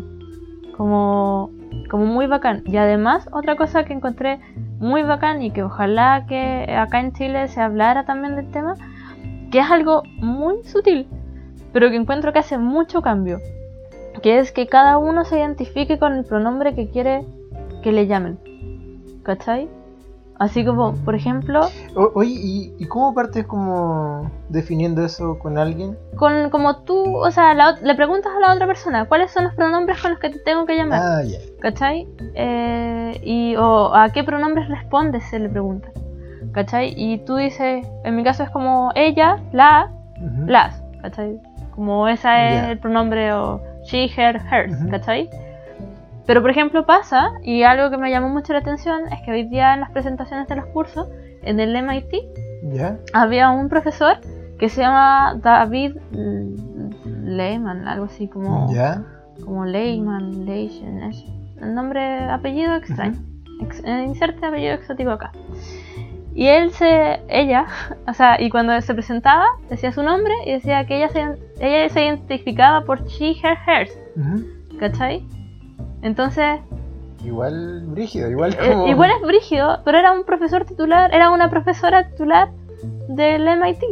Speaker 1: como, como muy bacán. Y además otra cosa que encontré muy bacán y que ojalá que acá en Chile se hablara también del tema, que es algo muy sutil, pero que encuentro que hace mucho cambio, que es que cada uno se identifique con el pronombre que quiere que le llamen, ¿cachai? Así como, por ejemplo,
Speaker 2: O- oye, ¿y, ¿y cómo partes como definiendo eso con alguien?
Speaker 1: con como tú, o sea, la ot- le preguntas a la otra persona cuáles son los pronombres con los que te tengo que llamar,
Speaker 2: Ah, ya.
Speaker 1: ¿cachai? Eh, y o a qué pronombres respondes, se le pregunta, ¿cachai? Y tú dices, en mi caso es como ella, la,
Speaker 2: Ujú.
Speaker 1: las, ¿cachai? Como esa es
Speaker 2: Ya.
Speaker 1: el pronombre o she, her, hers,
Speaker 2: Ujú.
Speaker 1: ¿cachai? Pero por ejemplo pasa, y algo que me llamó mucho la atención, es que hoy día en las presentaciones de los cursos, en el M I T,
Speaker 2: Ya.
Speaker 1: había un profesor que se llama David Lehman, algo así como,
Speaker 2: Ya.
Speaker 1: como Lehman, Leichen, es el nombre, apellido extraño. Ex- eh, inserte apellido exótico acá. Y él se, ella, o sea, y cuando se presentaba, decía su nombre y decía que ella se, ella se identificaba por she, her, hers,
Speaker 2: Ujú.
Speaker 1: ¿cachai? Entonces,
Speaker 2: Igual brígido, igual
Speaker 1: eh,
Speaker 2: como...
Speaker 1: igual es brígido, pero era un profesor titular, era una profesora titular del M I T,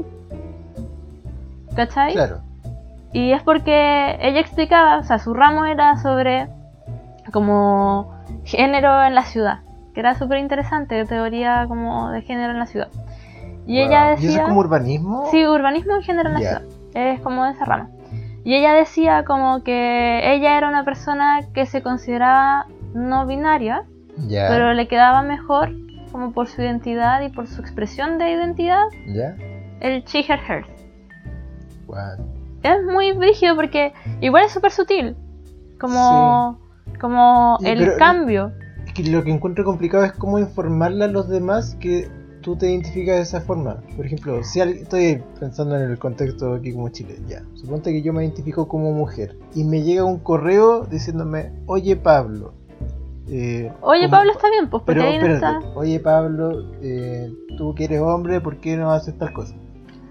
Speaker 1: ¿cachai?
Speaker 2: Claro.
Speaker 1: Y es porque ella explicaba, o sea, su ramo era sobre como género en la ciudad, que era súper interesante, teoría como de género en la ciudad. Y
Speaker 2: Wow.
Speaker 1: ella
Speaker 2: ¿Y
Speaker 1: decía...
Speaker 2: eso es como urbanismo?
Speaker 1: Sí, urbanismo y género en la
Speaker 2: Ya.
Speaker 1: ciudad, es como de esa rama. Y ella decía como que ella era una persona que se consideraba no binaria,
Speaker 2: Ya.
Speaker 1: pero le quedaba mejor como por su identidad y por su expresión de identidad
Speaker 2: Ya.
Speaker 1: el she, her, hers.
Speaker 2: Wow.
Speaker 1: Es muy brígido porque igual es súper sutil, como, como
Speaker 2: Y-
Speaker 1: el
Speaker 2: pero-
Speaker 1: cambio.
Speaker 2: Es que lo que encuentro complicado es cómo informarle a los demás que tú te identificas de esa forma. Por ejemplo, si alguien- estoy pensando en el contexto aquí como Chile, ya. Suponte que yo me identifico como mujer y me llega un correo diciéndome, oye Pablo. eh,
Speaker 1: Oye,
Speaker 2: como-
Speaker 1: Pablo, está bien, pues porque
Speaker 2: Pero
Speaker 1: ahí no
Speaker 2: espérate,
Speaker 1: está.
Speaker 2: oye Pablo, eh, tú que eres hombre, ¿por qué no haces tal cosa?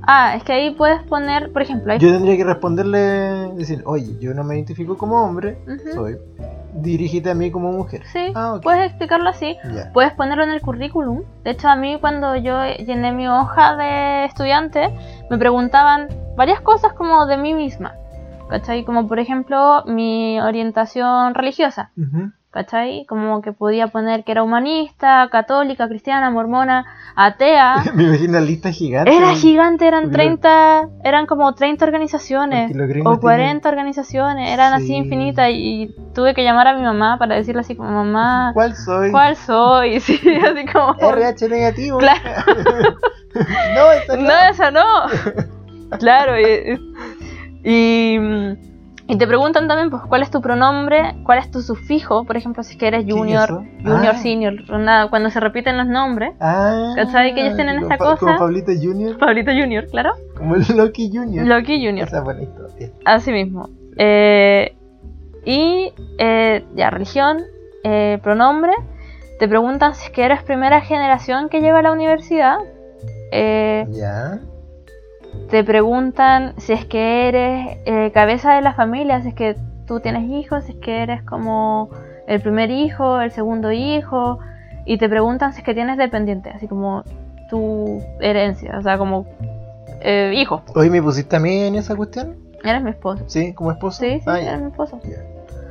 Speaker 1: Ah, es que ahí puedes poner, por ejemplo, hay...
Speaker 2: Yo tendría que responderle, decir, oye, yo no me identifico como hombre,
Speaker 1: Ujú.
Speaker 2: soy, dirígete a mí como mujer.
Speaker 1: Sí,
Speaker 2: Ah, ok.
Speaker 1: puedes explicarlo así.
Speaker 2: Ya.
Speaker 1: Puedes ponerlo en el currículum. De hecho, a mí cuando yo llené mi hoja de estudiante, me preguntaban varias cosas como de mí misma, ¿cachai? Como por ejemplo, mi orientación religiosa,
Speaker 2: Ujú.
Speaker 1: ¿cachai? Como que podía poner que era humanista, católica, cristiana, mormona, atea.
Speaker 2: Me imagino una lista gigante.
Speaker 1: Era gigante, eran
Speaker 2: Porque
Speaker 1: treinta, eran como treinta organizaciones
Speaker 2: Porque los gringos
Speaker 1: o cuarenta organizaciones, eran así
Speaker 2: Sí.
Speaker 1: infinitas y, y tuve que llamar a mi mamá para decirle así como, mamá,
Speaker 2: ¿Cuál soy?
Speaker 1: ¿cuál soy? Sí, así como...
Speaker 2: R H negativo.
Speaker 1: Claro.
Speaker 2: No, esa no.
Speaker 1: No, esa no. Claro, y, y, y te preguntan también, pues, ¿cuál es tu pronombre? ¿Cuál es tu sufijo? Por ejemplo, si es que eres
Speaker 2: ¿Qué es
Speaker 1: junior,
Speaker 2: eso?
Speaker 1: junior,
Speaker 2: Ah.
Speaker 1: senior, nada, cuando se repiten los nombres.
Speaker 2: Ah,
Speaker 1: ¿Cachai? Que ellos tienen
Speaker 2: como
Speaker 1: esta
Speaker 2: Pa-
Speaker 1: cosa.
Speaker 2: Como Pablito Junior.
Speaker 1: Pablito Junior, claro.
Speaker 2: Como el Loki Junior.
Speaker 1: Loki Junior.
Speaker 2: Esa es buena historia.
Speaker 1: Así mismo. Eh, y eh, ya, religión, eh, pronombre. Te preguntan si es que eres primera generación que lleva a la universidad. Eh,
Speaker 2: Ya.
Speaker 1: te preguntan si es que eres eh, cabeza de la familia, si es que tú tienes hijos, si es que eres como el primer hijo, el segundo hijo. Y te preguntan si es que tienes dependientes, así como tu herencia, o sea, como eh, hijos.
Speaker 2: Oye, ¿me pusiste a mí en esa cuestión?
Speaker 1: Eres mi esposo.
Speaker 2: Sí, como esposo.
Speaker 1: Sí, sí,
Speaker 2: Ah,
Speaker 1: eres
Speaker 2: ya.
Speaker 1: mi esposo.
Speaker 2: Ya.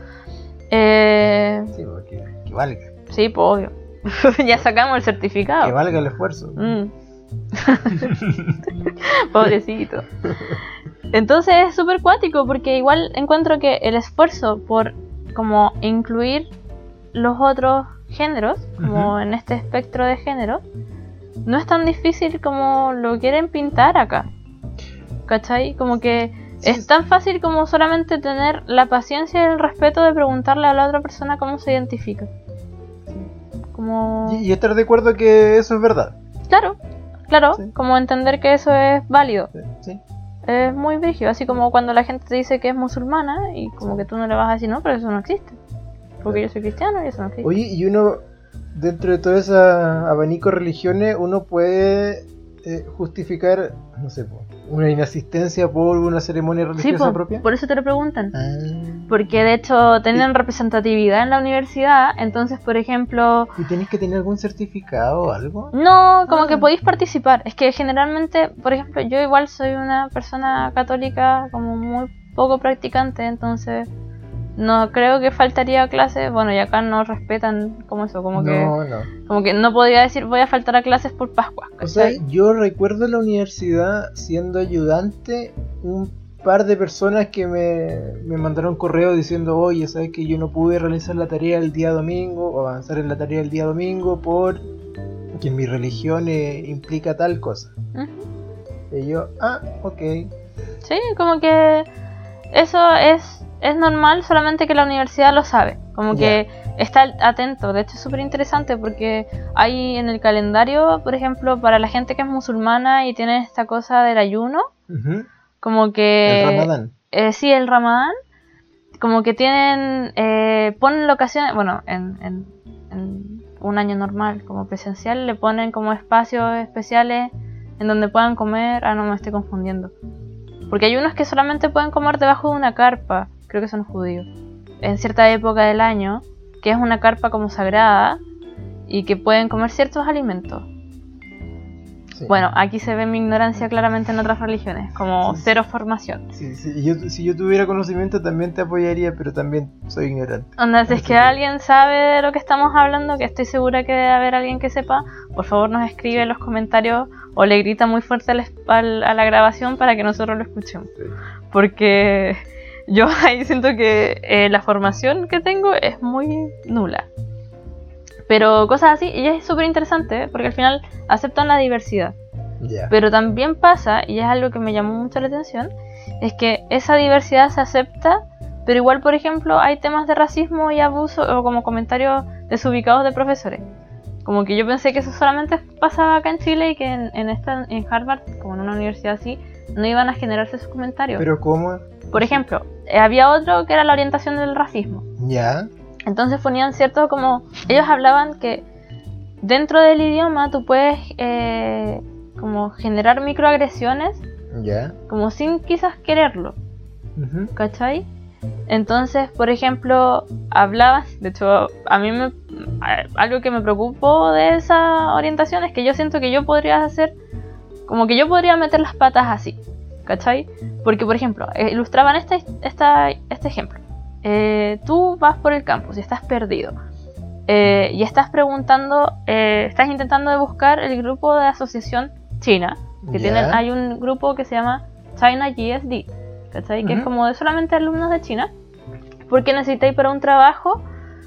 Speaker 1: Eh,
Speaker 2: Sí, porque que valga.
Speaker 1: sí, pues obvio. Ya sacamos el certificado.
Speaker 2: Que valga el esfuerzo.
Speaker 1: Mm. Pobrecito. Entonces es súper cuático porque igual encuentro que el esfuerzo por como incluir los otros géneros, como
Speaker 2: Ujú.
Speaker 1: en este espectro de género, no es tan difícil como lo quieren pintar acá. ¿Cachai? Como que
Speaker 2: Sí,
Speaker 1: es tan fácil como solamente tener la paciencia y el respeto de preguntarle a la otra persona cómo se identifica. Como...
Speaker 2: Y, y estar de acuerdo que eso es verdad.
Speaker 1: Claro, claro,
Speaker 2: Sí.
Speaker 1: como entender que eso es válido.
Speaker 2: Sí, sí.
Speaker 1: Es muy brígido, así como cuando la gente te dice que es musulmana y como
Speaker 2: Sí.
Speaker 1: que tú no le vas a decir, no, pero eso no existe. Porque yo soy cristiano y eso no existe.
Speaker 2: Oye, y uno, dentro de todo ese abanico de religiones, uno puede eh, justificar, no sé, po, una inasistencia por una ceremonia
Speaker 1: sí,
Speaker 2: religiosa
Speaker 1: po,
Speaker 2: propia.
Speaker 1: por eso te lo preguntan.
Speaker 2: Ah.
Speaker 1: Porque de hecho tienen representatividad en la universidad, entonces por ejemplo...
Speaker 2: ¿Y tienes que tener algún certificado o algo?
Speaker 1: No, como
Speaker 2: Ah.
Speaker 1: que podéis participar. Es que generalmente, por ejemplo, yo igual soy una persona católica como muy poco practicante, entonces no creo que faltaría a clases. Bueno, y acá no respetan como eso, como que
Speaker 2: No, no.
Speaker 1: como que no podría decir voy a faltar a clases por Pascua.
Speaker 2: O sea,
Speaker 1: ¿cachai?
Speaker 2: yo recuerdo en la universidad siendo ayudante un par de personas que me, me mandaron correo diciendo, oye, sabes que yo no pude realizar la tarea el día domingo o avanzar en la tarea el día domingo por que en mi religión eh, implica tal cosa.
Speaker 1: Ujú.
Speaker 2: Y yo, ah, ok.
Speaker 1: Sí, como que eso es, es normal, solamente que la universidad lo sabe. Como
Speaker 2: Ya.
Speaker 1: que está atento. De hecho es súper interesante porque hay en el calendario, por ejemplo, para la gente que es musulmana y tiene esta cosa del ayuno,
Speaker 2: Ujú.
Speaker 1: como que...
Speaker 2: El Ramadán.
Speaker 1: Eh, sí, el Ramadán. Como que tienen... Eh, ponen locaciones... Bueno, en, en, en un año normal, como presencial, le ponen como espacios especiales en donde puedan comer... Ah, no, me estoy confundiendo. Porque hay unos que solamente pueden comer debajo de una carpa. Creo que son judíos. En cierta época del año. Que es una carpa como sagrada. Y que pueden comer ciertos alimentos.
Speaker 2: Sí.
Speaker 1: Bueno, aquí se ve mi ignorancia claramente en otras religiones. Como
Speaker 2: Sí.
Speaker 1: cero formación.
Speaker 2: Sí, sí, yo, si yo tuviera conocimiento también te apoyaría, pero también soy ignorante.
Speaker 1: Onda, si es
Speaker 2: Así
Speaker 1: que
Speaker 2: que-
Speaker 1: alguien sabe de lo que estamos hablando, que estoy segura que debe haber alguien que sepa, por favor nos escribe en los comentarios o le grita muy fuerte al, al- a la grabación para que nosotros lo escuchemos.
Speaker 2: Sí.
Speaker 1: Porque yo ahí siento que eh, la formación que tengo es muy nula. Pero cosas así, y es súper interesante, ¿eh? Porque al final aceptan la diversidad.
Speaker 2: Ya.
Speaker 1: Pero también pasa, y es algo que me llamó mucho la atención, es que esa diversidad se acepta, pero igual, por ejemplo, hay temas de racismo y abuso, o como comentarios desubicados de profesores. Como que yo pensé que eso solamente pasaba acá en Chile y que en, en, esta, en Harvard, como en una universidad así, no iban a generarse esos comentarios.
Speaker 2: Pero ¿cómo?
Speaker 1: Por ejemplo, eh, había otro que era la orientación del racismo.
Speaker 2: Ya.
Speaker 1: Entonces ponían cierto como... Ellos hablaban que dentro del idioma tú puedes... Eh, como generar microagresiones,
Speaker 2: Ya.
Speaker 1: como sin quizás quererlo,
Speaker 2: Ujú.
Speaker 1: ¿cachai? Entonces, por ejemplo, hablabas, de hecho, a mí me, a- algo que me preocupó de esa orientación es que yo siento que yo podría hacer, como que yo podría meter las patas así, ¿cachai? Porque, por ejemplo, eh, ilustraban este, esta, este ejemplo. Eh, tú vas por el campus y estás perdido. Eh, y estás preguntando, eh, estás intentando de buscar el grupo de asociación china, que
Speaker 2: Ya.
Speaker 1: tienen, hay un grupo que se llama China G S D, ¿cachai? Que es
Speaker 2: Ujú.
Speaker 1: como de solamente alumnos de China, porque necesitáis para un trabajo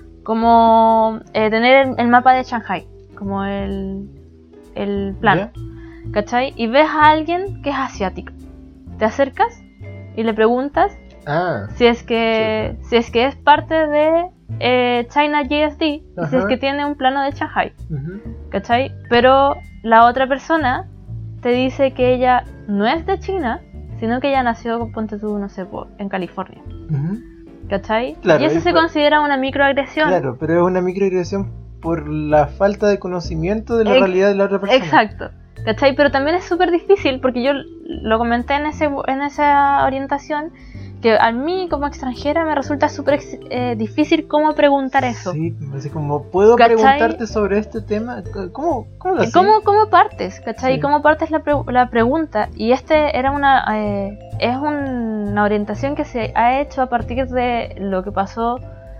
Speaker 1: como eh, tener el, el mapa de Shanghai, como el, el plano,
Speaker 2: Ya.
Speaker 1: ¿cachai? Y ves a alguien que es asiático, te acercas y le preguntas
Speaker 2: Ah.
Speaker 1: si es que si es que es parte de eh, China G S D y si es
Speaker 2: Ajá.
Speaker 1: que tiene un plano de Shanghai,
Speaker 2: Ujú.
Speaker 1: ¿cachai? Pero la otra persona te dice que ella no es de China, sino que ella nació, ponte tú, no sé, po, en California,
Speaker 2: Ujú.
Speaker 1: ¿cachai?
Speaker 2: Claro,
Speaker 1: y eso
Speaker 2: y
Speaker 1: se
Speaker 2: fue-
Speaker 1: considera una microagresión.
Speaker 2: Claro, pero es una microagresión por la falta de conocimiento de la
Speaker 1: Ex-
Speaker 2: realidad de la otra persona.
Speaker 1: Exacto, ¿cachai? Pero también es súper difícil porque yo lo comenté en, ese, en esa orientación, que a mí como extranjera me resulta súper ex- eh, difícil cómo preguntar eso.
Speaker 2: Sí, así como, ¿puedo
Speaker 1: ¿Cachai?
Speaker 2: preguntarte sobre este tema? ¿Cómo, cómo lo
Speaker 1: ¿Y
Speaker 2: haces?
Speaker 1: ¿Cómo, ¿Cómo partes? ¿Cachai?
Speaker 2: Sí.
Speaker 1: ¿Cómo partes la, pre- la pregunta? Y este era una eh, es una orientación que se ha hecho a partir de lo que pasó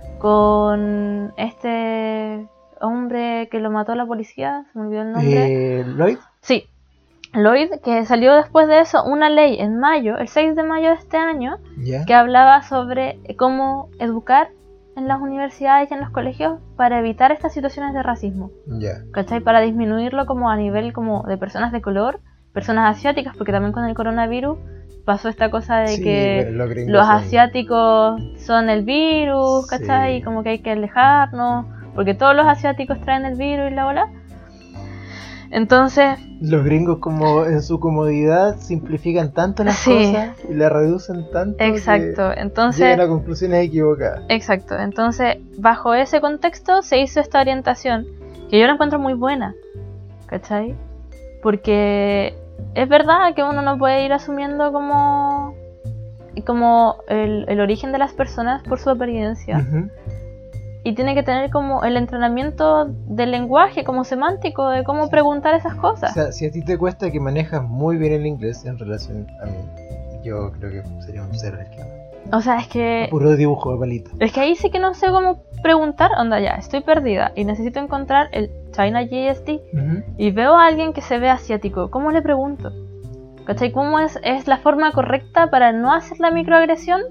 Speaker 1: con este hombre que lo mató la policía, se me olvidó el nombre.
Speaker 2: Eh, ¿Lloyd?
Speaker 1: Sí, Lloyd, que salió después de eso una ley en mayo, el seis de mayo de este año,
Speaker 2: Ya.
Speaker 1: que hablaba sobre cómo educar en las universidades y en los colegios para evitar estas situaciones de racismo,
Speaker 2: Ya.
Speaker 1: ¿cachai? Para disminuirlo como a nivel como de personas de color, personas asiáticas, porque también con el coronavirus pasó esta cosa de
Speaker 2: Sí,
Speaker 1: que
Speaker 2: bueno, los gringos
Speaker 1: los
Speaker 2: son-
Speaker 1: asiáticos son el virus, ¿cachai?
Speaker 2: Sí.
Speaker 1: Y como que hay que alejarnos, porque todos los asiáticos traen el virus y la bola. Entonces,
Speaker 2: Los gringos, como en su comodidad, simplifican tanto las
Speaker 1: Sí.
Speaker 2: cosas y las reducen tanto
Speaker 1: exacto,
Speaker 2: que
Speaker 1: entonces...
Speaker 2: llegan a conclusiones equivocadas.
Speaker 1: Exacto, entonces bajo ese contexto se hizo esta orientación que yo la encuentro muy buena, ¿cachai? Porque es verdad que uno no puede ir asumiendo como, como el, el origen de las personas por su apariencia
Speaker 2: Ujú.
Speaker 1: y tiene que tener como el entrenamiento del lenguaje como semántico de cómo preguntar esas
Speaker 2: O
Speaker 1: cosas.
Speaker 2: sea, si a ti te cuesta que manejas muy bien el inglés en relación a mí, yo creo que sería un cero a la izquierda.
Speaker 1: O sea, es que
Speaker 2: Puro dibujo de palito.
Speaker 1: Es que ahí sí que no sé cómo preguntar, onda ya, estoy perdida y necesito encontrar el China G S D
Speaker 2: Ujú.
Speaker 1: y veo a alguien que se ve asiático, ¿cómo le pregunto? ¿Cachai? ¿Cómo es, es la forma correcta para no hacer la microagresión,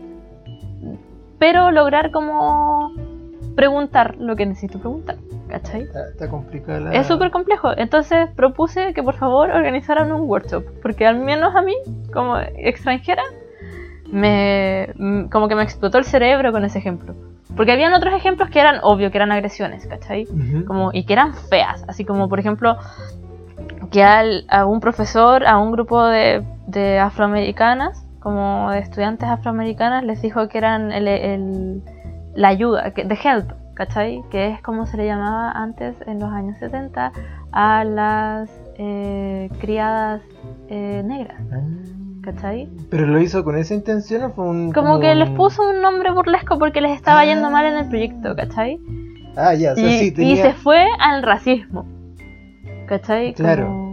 Speaker 1: pero lograr como preguntar lo que necesito preguntar? ¿Cachai?
Speaker 2: Está, está complicada la...
Speaker 1: Es súper complejo, entonces propuse que por favor organizaran un workshop, porque al menos a mí, como extranjera, me mm, como que me explotó el cerebro con ese ejemplo. Porque habían otros ejemplos que eran obvio, que eran agresiones, ¿cachai?
Speaker 2: Ujú.
Speaker 1: Como, y que eran feas, así como por ejemplo que al, a un profesor, a un grupo de, de afroamericanas, como de estudiantes afroamericanas, les dijo que eran el, el- la ayuda, que, the help, ¿cachai? Que es como se le llamaba antes en los años setenta a las eh, criadas eh, negras,
Speaker 2: Ah.
Speaker 1: ¿cachai?
Speaker 2: ¿Pero lo hizo con esa intención o fue un...?
Speaker 1: Como que
Speaker 2: un-
Speaker 1: les puso un nombre burlesco porque les estaba yendo mal en el proyecto, ¿cachai?
Speaker 2: Ah, ya, o sea,
Speaker 1: Y,
Speaker 2: sí,
Speaker 1: y
Speaker 2: tenía...
Speaker 1: se fue al racismo, ¿cachai?
Speaker 2: Claro.
Speaker 1: Como-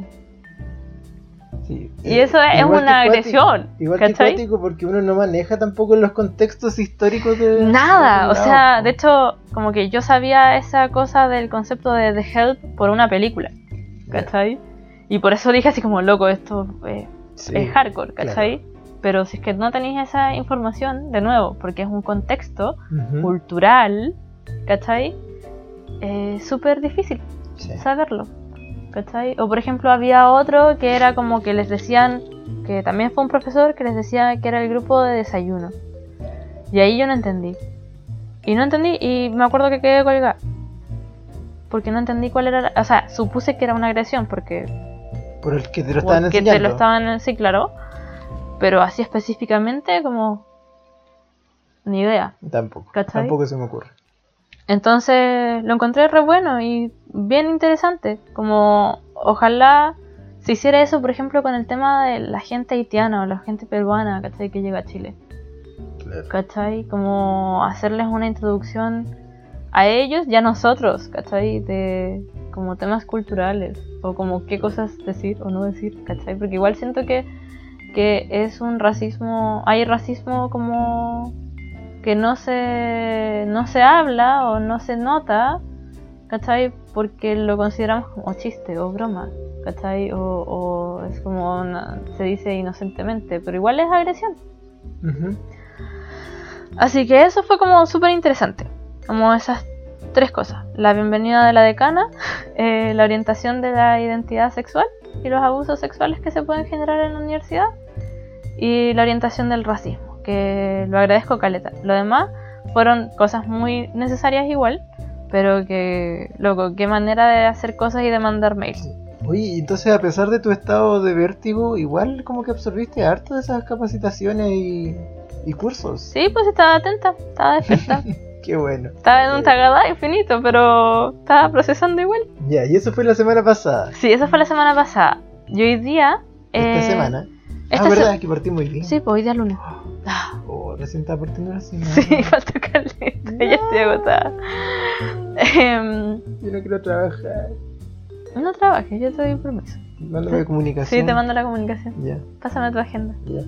Speaker 2: sí.
Speaker 1: Y eso es
Speaker 2: Igual
Speaker 1: una
Speaker 2: que cuático-
Speaker 1: agresión,
Speaker 2: Igual que
Speaker 1: ¿cachai?
Speaker 2: cuático porque uno no maneja tampoco los contextos históricos de...
Speaker 1: Nada,
Speaker 2: de
Speaker 1: o
Speaker 2: otro
Speaker 1: sea,
Speaker 2: lado,
Speaker 1: de
Speaker 2: po.
Speaker 1: hecho, como que yo sabía esa cosa del concepto de The Help por una película, ¿cachai? Y por eso dije así como, loco, esto eh,
Speaker 2: Sí,
Speaker 1: es hardcore,
Speaker 2: claro.
Speaker 1: ¿cachai? Pero si es que no tenéis esa información, de nuevo, porque es un contexto
Speaker 2: Ujú.
Speaker 1: cultural, ¿cachai? Es súper difícil
Speaker 2: Sí.
Speaker 1: saberlo, ¿cachai? O por ejemplo había otro que era como que les decían, que también fue un profesor que les decía que era el grupo de desayuno. Y ahí yo no entendí. Y no entendí y me acuerdo que quedé colgada. Porque no entendí cuál era, la- o sea, supuse que era una agresión porque,
Speaker 2: Por el que te lo estaban
Speaker 1: porque
Speaker 2: enseñando.
Speaker 1: te lo estaban, sí, claro. Pero así específicamente como ni idea.
Speaker 2: Tampoco,
Speaker 1: ¿Cachai?
Speaker 2: tampoco se me ocurre.
Speaker 1: Entonces lo encontré re bueno y bien interesante. Como ojalá se hiciera eso, por ejemplo, con el tema de la gente haitiana o la gente peruana, ¿cachai? Que llega a Chile.
Speaker 2: Claro.
Speaker 1: ¿Cachai? Como hacerles una introducción a ellos y a nosotros, ¿cachai? De como temas culturales o como qué cosas decir o no decir, ¿cachai? Porque igual siento que, que es un racismo, hay racismo como que no se, no se habla o no se nota, ¿cachai? Porque lo consideramos como chiste o broma, ¿cachai? O, o es como una, se dice inocentemente, pero igual es agresión.
Speaker 2: Uh-huh.
Speaker 1: Así que eso fue como súper interesante, como esas tres cosas: la bienvenida de la decana, eh, la orientación de la identidad sexual y los abusos sexuales que se pueden generar en la universidad, y la orientación del racismo, que lo agradezco caleta. Lo demás fueron cosas muy necesarias igual, pero que, loco, qué manera de hacer cosas y de mandar mails.
Speaker 2: Oye, entonces a pesar de tu estado de vértigo, igual como que absorbiste harto de esas capacitaciones y, y cursos.
Speaker 1: Sí, pues estaba atenta, estaba despierta.
Speaker 2: Qué bueno.
Speaker 1: Estaba en un tagadá infinito, pero estaba procesando igual.
Speaker 2: Ya, y eso fue la semana pasada.
Speaker 1: Sí, eso fue la semana pasada. Y hoy día...
Speaker 2: Esta
Speaker 1: eh,
Speaker 2: semana.
Speaker 1: esta
Speaker 2: Ah, ¿verdad?
Speaker 1: se...
Speaker 2: que partí muy bien.
Speaker 1: Sí, pues hoy día lunes. Ah.
Speaker 2: Oh, recién estaba partiendo la semana.
Speaker 1: Sí, falta caleta, ya estoy agotada. Em,
Speaker 2: Yo no quiero trabajar.
Speaker 1: no trabajes, yo te doy permiso.
Speaker 2: Mándame comunicación.
Speaker 1: Sí, te mando la comunicación.
Speaker 2: Ya,
Speaker 1: Pásame tu agenda.
Speaker 2: ya.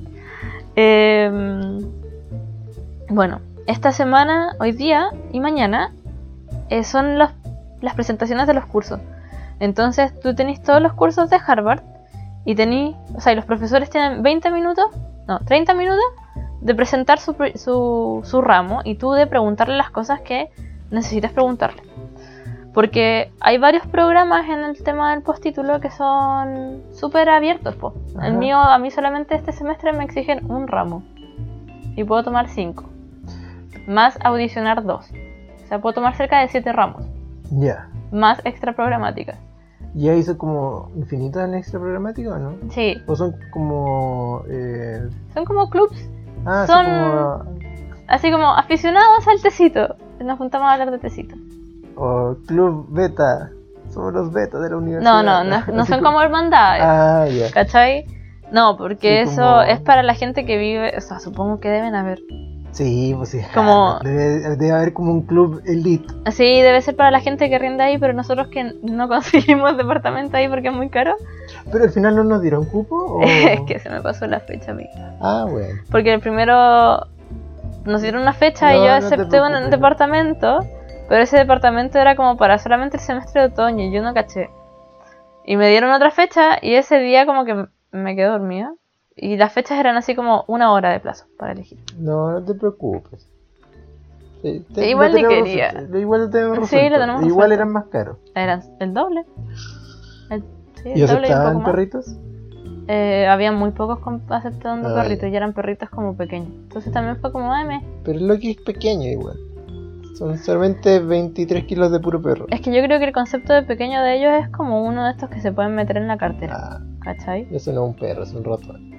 Speaker 1: Em, bueno, esta semana, hoy día y mañana eh, son los, las presentaciones de los cursos. Entonces tú tenés todos los cursos de Harvard y tenés, o sea, y los profesores tienen veinte minutos, no, treinta minutos de presentar su, su, su ramo, y tú de preguntarle las cosas que necesitas preguntarle. Porque hay varios programas en el tema del postítulo que son súper abiertos, po. El mío, a mí solamente este semestre me exigen un ramo y puedo tomar cinco, más audicionar dos. O sea, puedo tomar cerca de siete ramos,
Speaker 2: Ya.
Speaker 1: más extra programáticas.
Speaker 2: ¿Y ahí son como infinitas en extra programática o no?
Speaker 1: Sí,
Speaker 2: ¿O son como... Eh...
Speaker 1: son como clubs,
Speaker 2: Ah,
Speaker 1: Son-
Speaker 2: son como...
Speaker 1: así como aficionados al tecito. Nos juntamos a hablar de tecito.
Speaker 2: O club beta. Somos los betas de la universidad.
Speaker 1: No, no, no, no
Speaker 2: Así
Speaker 1: son como hermandades,
Speaker 2: Ah, ya.
Speaker 1: ¿cachai? No, porque
Speaker 2: Sí,
Speaker 1: eso
Speaker 2: como-
Speaker 1: es para la gente que vive, o sea, supongo que deben haber.
Speaker 2: Sí, pues sí.
Speaker 1: Como-
Speaker 2: Debe, debe haber como un club elite.
Speaker 1: Así debe ser para la gente que rinde ahí, pero nosotros que no conseguimos departamento ahí porque es muy caro.
Speaker 2: Pero al final no nos dieron cupo. ¿O...
Speaker 1: Es que se me pasó la fecha a mí.
Speaker 2: Ah, bueno.
Speaker 1: Porque el primero nos dieron una fecha y
Speaker 2: No,
Speaker 1: yo
Speaker 2: no te
Speaker 1: acepté un
Speaker 2: preocupes.
Speaker 1: departamento, pero ese departamento era como para solamente el semestre de otoño y yo no caché. Y me dieron otra fecha y ese día como que me quedé dormida. Y las fechas eran así como una hora de plazo para elegir.
Speaker 2: No, no te preocupes. Sí, te-
Speaker 1: Igual
Speaker 2: lo
Speaker 1: ni
Speaker 2: tenemos
Speaker 1: quería.
Speaker 2: resuelto. Igual lo tenemos
Speaker 1: Sí,
Speaker 2: resuelto.
Speaker 1: lo tenemos
Speaker 2: Igual
Speaker 1: resuelto.
Speaker 2: eran más caros.
Speaker 1: Eran el doble. El, sí,
Speaker 2: ¿Y
Speaker 1: el doble y un
Speaker 2: aceptaban
Speaker 1: poco más.
Speaker 2: perritos?
Speaker 1: Eh, había muy pocos com- aceptando
Speaker 2: Ah,
Speaker 1: perritos
Speaker 2: ya.
Speaker 1: y eran perritos como pequeños. Entonces también fue como, ay, me...
Speaker 2: Pero Loki es pequeño igual. Son solamente veintitrés kilos de puro perro.
Speaker 1: Es que yo creo que el concepto de pequeño de ellos es como uno de estos que se pueden meter en la cartera.
Speaker 2: Ah,
Speaker 1: ¿Cachai?
Speaker 2: eso no es un perro, es un ratón.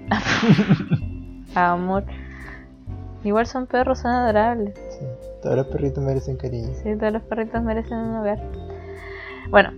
Speaker 1: Amor. Igual son perros, son adorables.
Speaker 2: Sí. Todos los perritos merecen cariño.
Speaker 1: Sí, todos los perritos merecen un hogar. Bueno.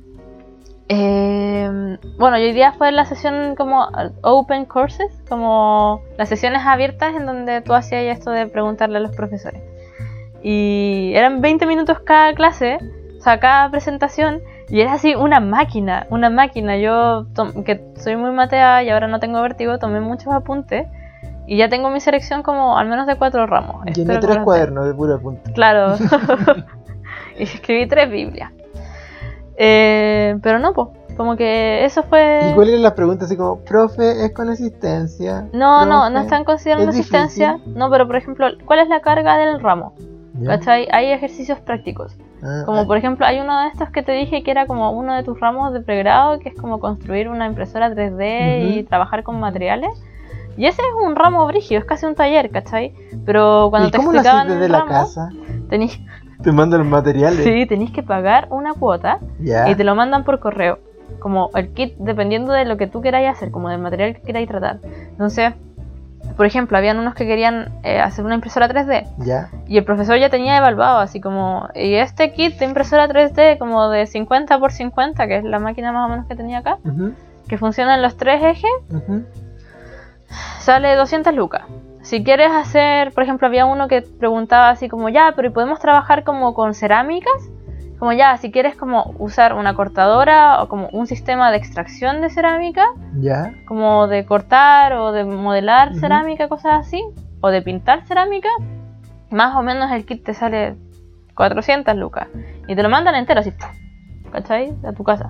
Speaker 1: Eh, bueno, y hoy día fue la sesión como Open Courses, como las sesiones abiertas en donde tú hacías esto de preguntarle a los profesores. Y eran veinte minutos cada clase, o sea, cada presentación, y era así una máquina, una máquina. Yo, to- que soy muy matea y ahora no tengo vértigo, tomé muchos apuntes y ya tengo mi selección como al menos de cuatro ramos.
Speaker 2: Llené
Speaker 1: Espero que
Speaker 2: tres
Speaker 1: los
Speaker 2: cuadernos de puro apunte.
Speaker 1: Claro. Y escribí tres Biblias. Eh, pero no, pues. Como que eso fue.
Speaker 2: ¿Y cuáles eran las preguntas? Así como, profe, ¿es con asistencia?
Speaker 1: No, no, no
Speaker 2: Profe,
Speaker 1: están considerando
Speaker 2: ¿es
Speaker 1: asistencia.
Speaker 2: difícil?
Speaker 1: No, pero por ejemplo, ¿cuál es la carga del ramo?
Speaker 2: ¿Ya?
Speaker 1: ¿Cachai? Hay ejercicios prácticos.
Speaker 2: Ah,
Speaker 1: Como
Speaker 2: ah,
Speaker 1: por ejemplo, hay uno de estos que te dije que era como uno de tus ramos de pregrado, que es como construir una impresora tres D y
Speaker 2: Ujú.
Speaker 1: trabajar con materiales. Y ese es un ramo brígido, es casi un taller, ¿cachai? Pero cuando
Speaker 2: ¿Y
Speaker 1: te
Speaker 2: cómo lo
Speaker 1: explicaban
Speaker 2: haces desde
Speaker 1: el
Speaker 2: la
Speaker 1: ramo,
Speaker 2: casa?
Speaker 1: tenís,
Speaker 2: Te mandan los materiales.
Speaker 1: sí, tenís que pagar una cuota.
Speaker 2: Ya.
Speaker 1: Y te lo mandan por correo, como el kit dependiendo de lo que tú queráis hacer, como del material que queráis tratar. Entonces, por ejemplo, habían unos que querían eh, hacer una impresora tres D
Speaker 2: Ya.
Speaker 1: y el profesor ya tenía evaluado así como, y este kit de impresora tres D como de cincuenta por cincuenta, que es la máquina más o menos que tenía acá,
Speaker 2: Ujú.
Speaker 1: que funcionan los tres ejes,
Speaker 2: Ujú.
Speaker 1: sale doscientas lucas. Si quieres hacer, por ejemplo, había uno que preguntaba así como, ya, pero ¿y podemos trabajar como con cerámicas? Como ya, si quieres como usar una cortadora o como un sistema de extracción de cerámica,
Speaker 2: Ya.
Speaker 1: como de cortar o de modelar
Speaker 2: Ujú.
Speaker 1: cerámica, cosas así, o de pintar cerámica, más o menos el kit te sale cuatrocientas lucas. Y te lo mandan entero así, ¿cachai? A tu casa.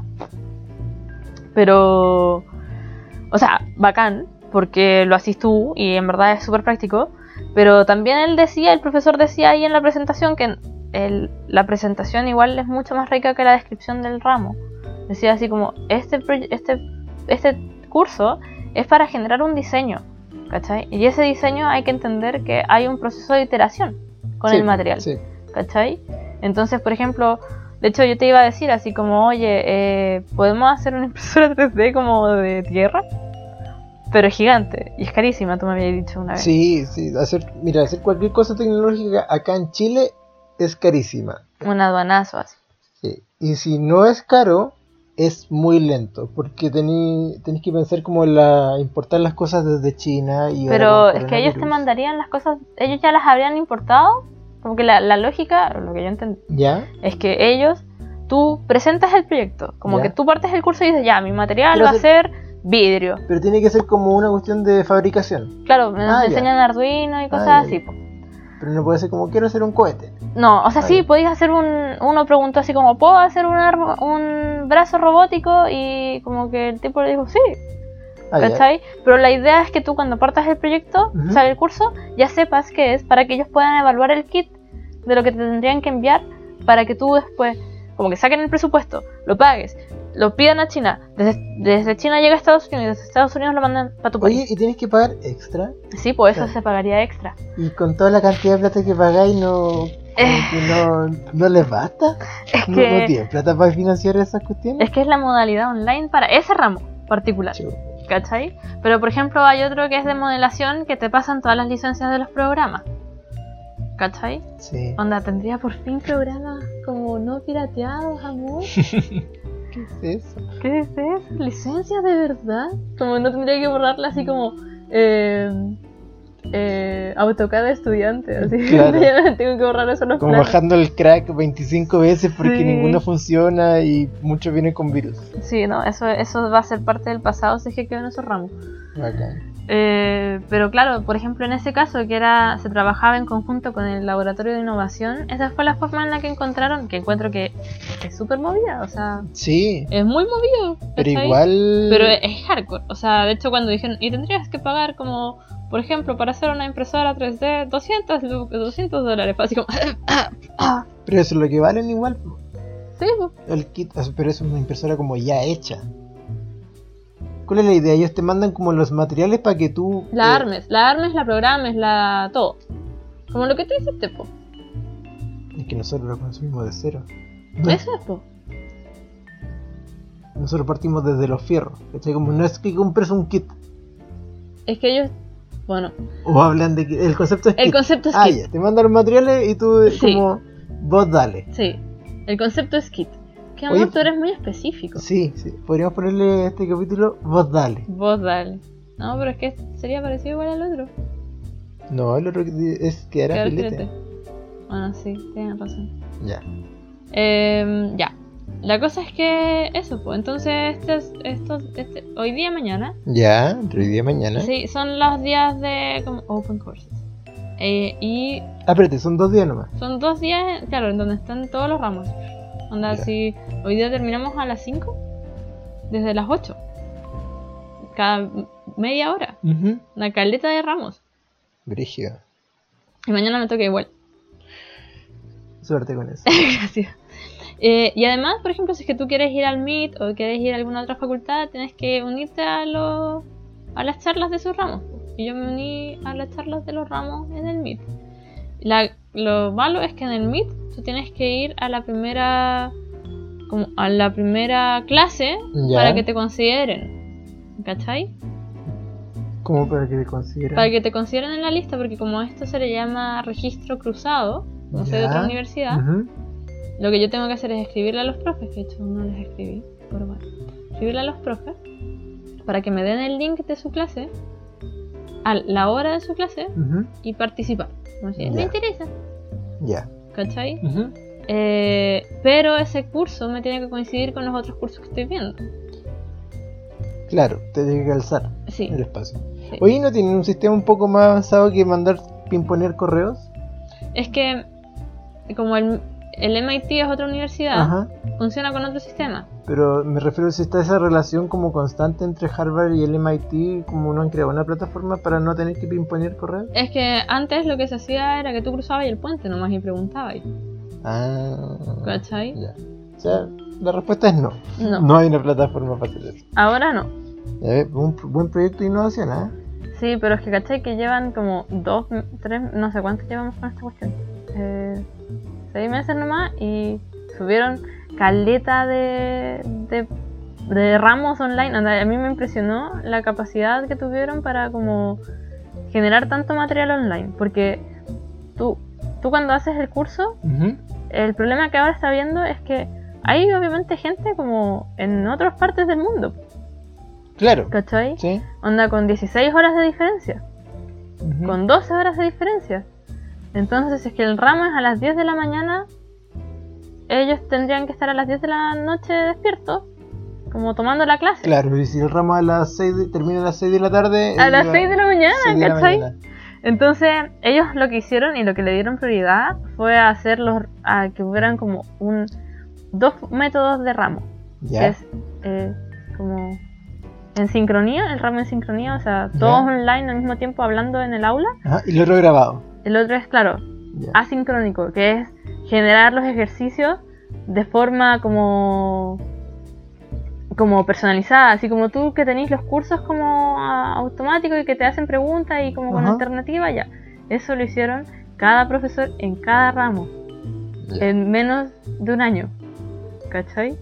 Speaker 1: Pero, o sea, bacán, porque lo haces tú y en verdad es súper práctico. Pero también él decía, el profesor decía ahí en la presentación que el, la presentación igual es mucho más rica que la descripción del ramo. Decía así como, este, proye- este, este curso es para generar un diseño, ¿cachai? Y ese diseño hay que entender que hay un proceso de iteración con
Speaker 2: Sí,
Speaker 1: el material,
Speaker 2: Sí.
Speaker 1: ¿cachai? Entonces, por ejemplo, de hecho yo te iba a decir así como, oye, eh, ¿podemos hacer una impresora tres D como de tierra? Pero es gigante y es carísima, tú me habías dicho una vez.
Speaker 2: Sí, sí. Hacer, mira, hacer cualquier cosa tecnológica acá en Chile es carísima.
Speaker 1: Un aduanazo así.
Speaker 2: Sí. Y si no es caro, es muy lento. Porque tení- tenéis que pensar como la importar las cosas desde China. Y
Speaker 1: Pero
Speaker 2: ahora con
Speaker 1: es que ellos te
Speaker 2: coronavirus.
Speaker 1: mandarían las cosas, ellos ya las habrían importado. Como que la, la lógica, lo que yo entendí,
Speaker 2: ¿Ya?
Speaker 1: es que ellos, tú presentas el proyecto, como
Speaker 2: Ya.
Speaker 1: que tú partes el curso y dices, ya, mi material
Speaker 2: Quiero
Speaker 1: va a
Speaker 2: hacer-
Speaker 1: ser vidrio.
Speaker 2: Pero tiene que ser como una cuestión de fabricación.
Speaker 1: Claro, nos
Speaker 2: Ah, ya.
Speaker 1: enseñan Arduino y cosas
Speaker 2: Ah, ya,
Speaker 1: así.
Speaker 2: ya.
Speaker 1: po.
Speaker 2: Pero no puede ser como quiero hacer un cohete.
Speaker 1: No, o sea,
Speaker 2: Ah,
Speaker 1: sí,
Speaker 2: ya.
Speaker 1: podéis hacer un... Uno preguntó así como, ¿puedo hacer un, arma- un brazo robótico? Y como que el tipo le dijo, sí,
Speaker 2: Ah, ya.
Speaker 1: ¿cachai? Pero la idea es que tú cuando partas el proyecto,
Speaker 2: Ujú.
Speaker 1: sale el curso, ya sepas qué es, para que ellos puedan evaluar el kit de lo que te tendrían que enviar, para que tú después, como que saquen el presupuesto, lo pagues, lo pidan a China, desde, desde China llega a Estados Unidos, y desde Estados Unidos lo mandan para tu
Speaker 2: Oye,
Speaker 1: país.
Speaker 2: ¿y tienes que pagar extra?
Speaker 1: Sí, pues eso
Speaker 2: sí.
Speaker 1: se pagaría extra.
Speaker 2: Y con toda la cantidad de plata que pagáis, no, como
Speaker 1: Eh.
Speaker 2: que no, no les basta.
Speaker 1: Es
Speaker 2: No,
Speaker 1: que,
Speaker 2: no tienen plata para financiar esas cuestiones.
Speaker 1: es que es la modalidad online para ese ramo particular.
Speaker 2: Chu.
Speaker 1: ¿Cachai? Pero por ejemplo hay otro que es de modelación que te pasan todas las licencias de los programas. ¿Cachai?
Speaker 2: Sí.
Speaker 1: Onda, tendría por fin programas como no pirateados, amor.
Speaker 2: ¿Qué es eso?
Speaker 1: ¿Qué es eso? ¿Licencias de verdad? Como no tendría que borrarla así como eh, eh, AutoCAD de estudiante, así.
Speaker 2: Claro.
Speaker 1: Ya no tengo que borrar eso en los
Speaker 2: Como
Speaker 1: planos.
Speaker 2: bajando el crack veinticinco veces porque
Speaker 1: Sí.
Speaker 2: ninguno funciona y muchos vienen con virus.
Speaker 1: Sí, no, eso, eso va a ser parte del pasado si es que quedó en esos ramos.
Speaker 2: Bacán.
Speaker 1: Eh, pero claro, por ejemplo en ese caso que era se trabajaba en conjunto con el laboratorio de innovación, esa fue la forma en la que encontraron, que encuentro que es súper movida, o sea,
Speaker 2: Sí,
Speaker 1: es muy movido,
Speaker 2: pero
Speaker 1: ¿cachai?
Speaker 2: igual.
Speaker 1: Pero es hardcore, o sea, de hecho cuando dijeron, y tendrías que pagar como, por ejemplo, para hacer una impresora tres D, doscientos, lu- doscientos dólares, fue así como,
Speaker 2: Pero eso es lo que valen igual. po.
Speaker 1: sí, pues.
Speaker 2: El kit, pero eso es una impresora como ya hecha. ¿Cuál es la idea? Ellos te mandan como los materiales para que tú.
Speaker 1: La
Speaker 2: eh,
Speaker 1: armes, la armes, la programes, la todo. Como lo que tú hiciste, po.
Speaker 2: Es que nosotros lo consumimos de cero.
Speaker 1: Eso es, po.
Speaker 2: Nosotros partimos desde los fierros. ¿Cachai? Como no es que compres un kit.
Speaker 1: Es que ellos, bueno,
Speaker 2: O hablan de que el concepto es
Speaker 1: el
Speaker 2: kit.
Speaker 1: concepto es
Speaker 2: Ah,
Speaker 1: kit.
Speaker 2: ya, te mandan los materiales y tú
Speaker 1: Sí.
Speaker 2: como vos dale.
Speaker 1: Sí, el concepto es kit. Que amor,
Speaker 2: Oye,
Speaker 1: tú eres muy específico.
Speaker 2: Sí, sí. Podríamos ponerle a este capítulo vos dale.
Speaker 1: Vos dale. No, pero es que sería parecido igual al otro.
Speaker 2: No, el otro que es que era
Speaker 1: Quedar
Speaker 2: filete.
Speaker 1: filete. Bueno, sí, tienes razón.
Speaker 2: Ya.
Speaker 1: Eh, ya. La cosa es que eso, pues. Entonces, este, es- estos, este, hoy día, mañana,
Speaker 2: Ya, entre hoy día y mañana.
Speaker 1: sí, son los días de como, open courses. Eh, y
Speaker 2: Ah, espérate, son dos días nomás.
Speaker 1: son dos días, claro, en donde están todos los ramos. Onda,
Speaker 2: Ya.
Speaker 1: si hoy día terminamos a las cinco, desde las ocho. Cada media hora.
Speaker 2: Uh
Speaker 1: Una caleta de ramos.
Speaker 2: Brígido.
Speaker 1: Y mañana me toca igual.
Speaker 2: Suerte con eso.
Speaker 1: Gracias. Eh, y además, por ejemplo, si es que tú quieres ir al M I T o quieres ir a alguna otra facultad, tienes que unirte a los a las charlas de sus ramos. Y yo me uní a las charlas de los ramos en el M I T. La, lo malo es que en el M I T tú tienes que ir a la primera como a la primera clase
Speaker 2: Ya.
Speaker 1: para que te consideren. ¿Cachai?
Speaker 2: Como para que te consideren.
Speaker 1: Para que te consideren en la lista, porque como esto se le llama registro cruzado, como soy de
Speaker 2: Ya.
Speaker 1: otra universidad,
Speaker 2: Ujú.
Speaker 1: lo que yo tengo que hacer es escribirle a los profes, que de hecho no les escribí, pero bueno, escribirle a los profes para que me den el link de su clase, a la hora de su clase,
Speaker 2: Ujú.
Speaker 1: y participar. Como si,
Speaker 2: Ya.
Speaker 1: me interesa,
Speaker 2: Ya.
Speaker 1: ¿cachai?
Speaker 2: Ujú.
Speaker 1: Eh, pero ese curso me tiene que coincidir con los otros cursos que estoy viendo.
Speaker 2: Claro, te tiene que calzar
Speaker 1: Sí.
Speaker 2: el espacio.
Speaker 1: Sí.
Speaker 2: Oye, ¿no tienen un sistema un poco más avanzado que mandar imponer correos?
Speaker 1: Es que como el, el M I T es otra universidad,
Speaker 2: Ajá.
Speaker 1: funciona con otro sistema.
Speaker 2: Pero me refiero si está esa relación como constante entre Harvard y el M I T, como no han creado una plataforma para no tener que imponer correos.
Speaker 1: Es que antes lo que se hacía era que tú cruzabas el puente nomás y preguntabas,
Speaker 2: Ah.
Speaker 1: ¿cachai?
Speaker 2: Ya. O sea, la respuesta es no.
Speaker 1: No.
Speaker 2: No hay una plataforma para hacer eso.
Speaker 1: Ahora no.
Speaker 2: Eh, un pr- buen proyecto de innovación, ¿eh?
Speaker 1: Sí, pero es que ¿cachai? Que llevan como dos, tres, no sé cuántos llevamos con esta cuestión. Eh, seis meses nomás y subieron caleta de, de, de ramos online. Anda, a mí me impresionó la capacidad que tuvieron para como generar tanto material online. Porque tú, tú cuando haces el curso,
Speaker 2: Ujú.
Speaker 1: el problema que ahora está viendo es que hay obviamente gente como en otras partes del mundo,
Speaker 2: Claro.
Speaker 1: ¿cachai?
Speaker 2: Sí.
Speaker 1: Onda con dieciséis horas de diferencia,
Speaker 2: Ujú.
Speaker 1: con doce horas de diferencia. Entonces, si es que el ramo es a las diez de la mañana, ellos tendrían que estar a las diez de la noche despiertos, como tomando la clase.
Speaker 2: Claro, y si el ramo a las seis de- termina a las seis de la tarde.
Speaker 1: A las
Speaker 2: iba-
Speaker 1: seis de la mañana,
Speaker 2: seis de la
Speaker 1: ¿cachai?
Speaker 2: mañana.
Speaker 1: Entonces, ellos lo que hicieron y lo que le dieron prioridad fue hacer los, a que hubieran como un dos métodos de ramo. Que
Speaker 2: Ya.
Speaker 1: es eh, como en sincronía, el ramo en sincronía, o sea, todos
Speaker 2: Ya.
Speaker 1: online al mismo tiempo hablando en el aula.
Speaker 2: Ajá, y lo otro grabado.
Speaker 1: El otro es, claro,
Speaker 2: Ya.
Speaker 1: asincrónico, que es generar los ejercicios de forma como como personalizada, así como tú que tenéis los cursos como ah, automáticos y que te hacen preguntas y como con
Speaker 2: Ajá.
Speaker 1: alternativa, ya. Eso lo hicieron cada profesor en cada ramo,
Speaker 2: Ya.
Speaker 1: en menos de un año. ¿Cachai?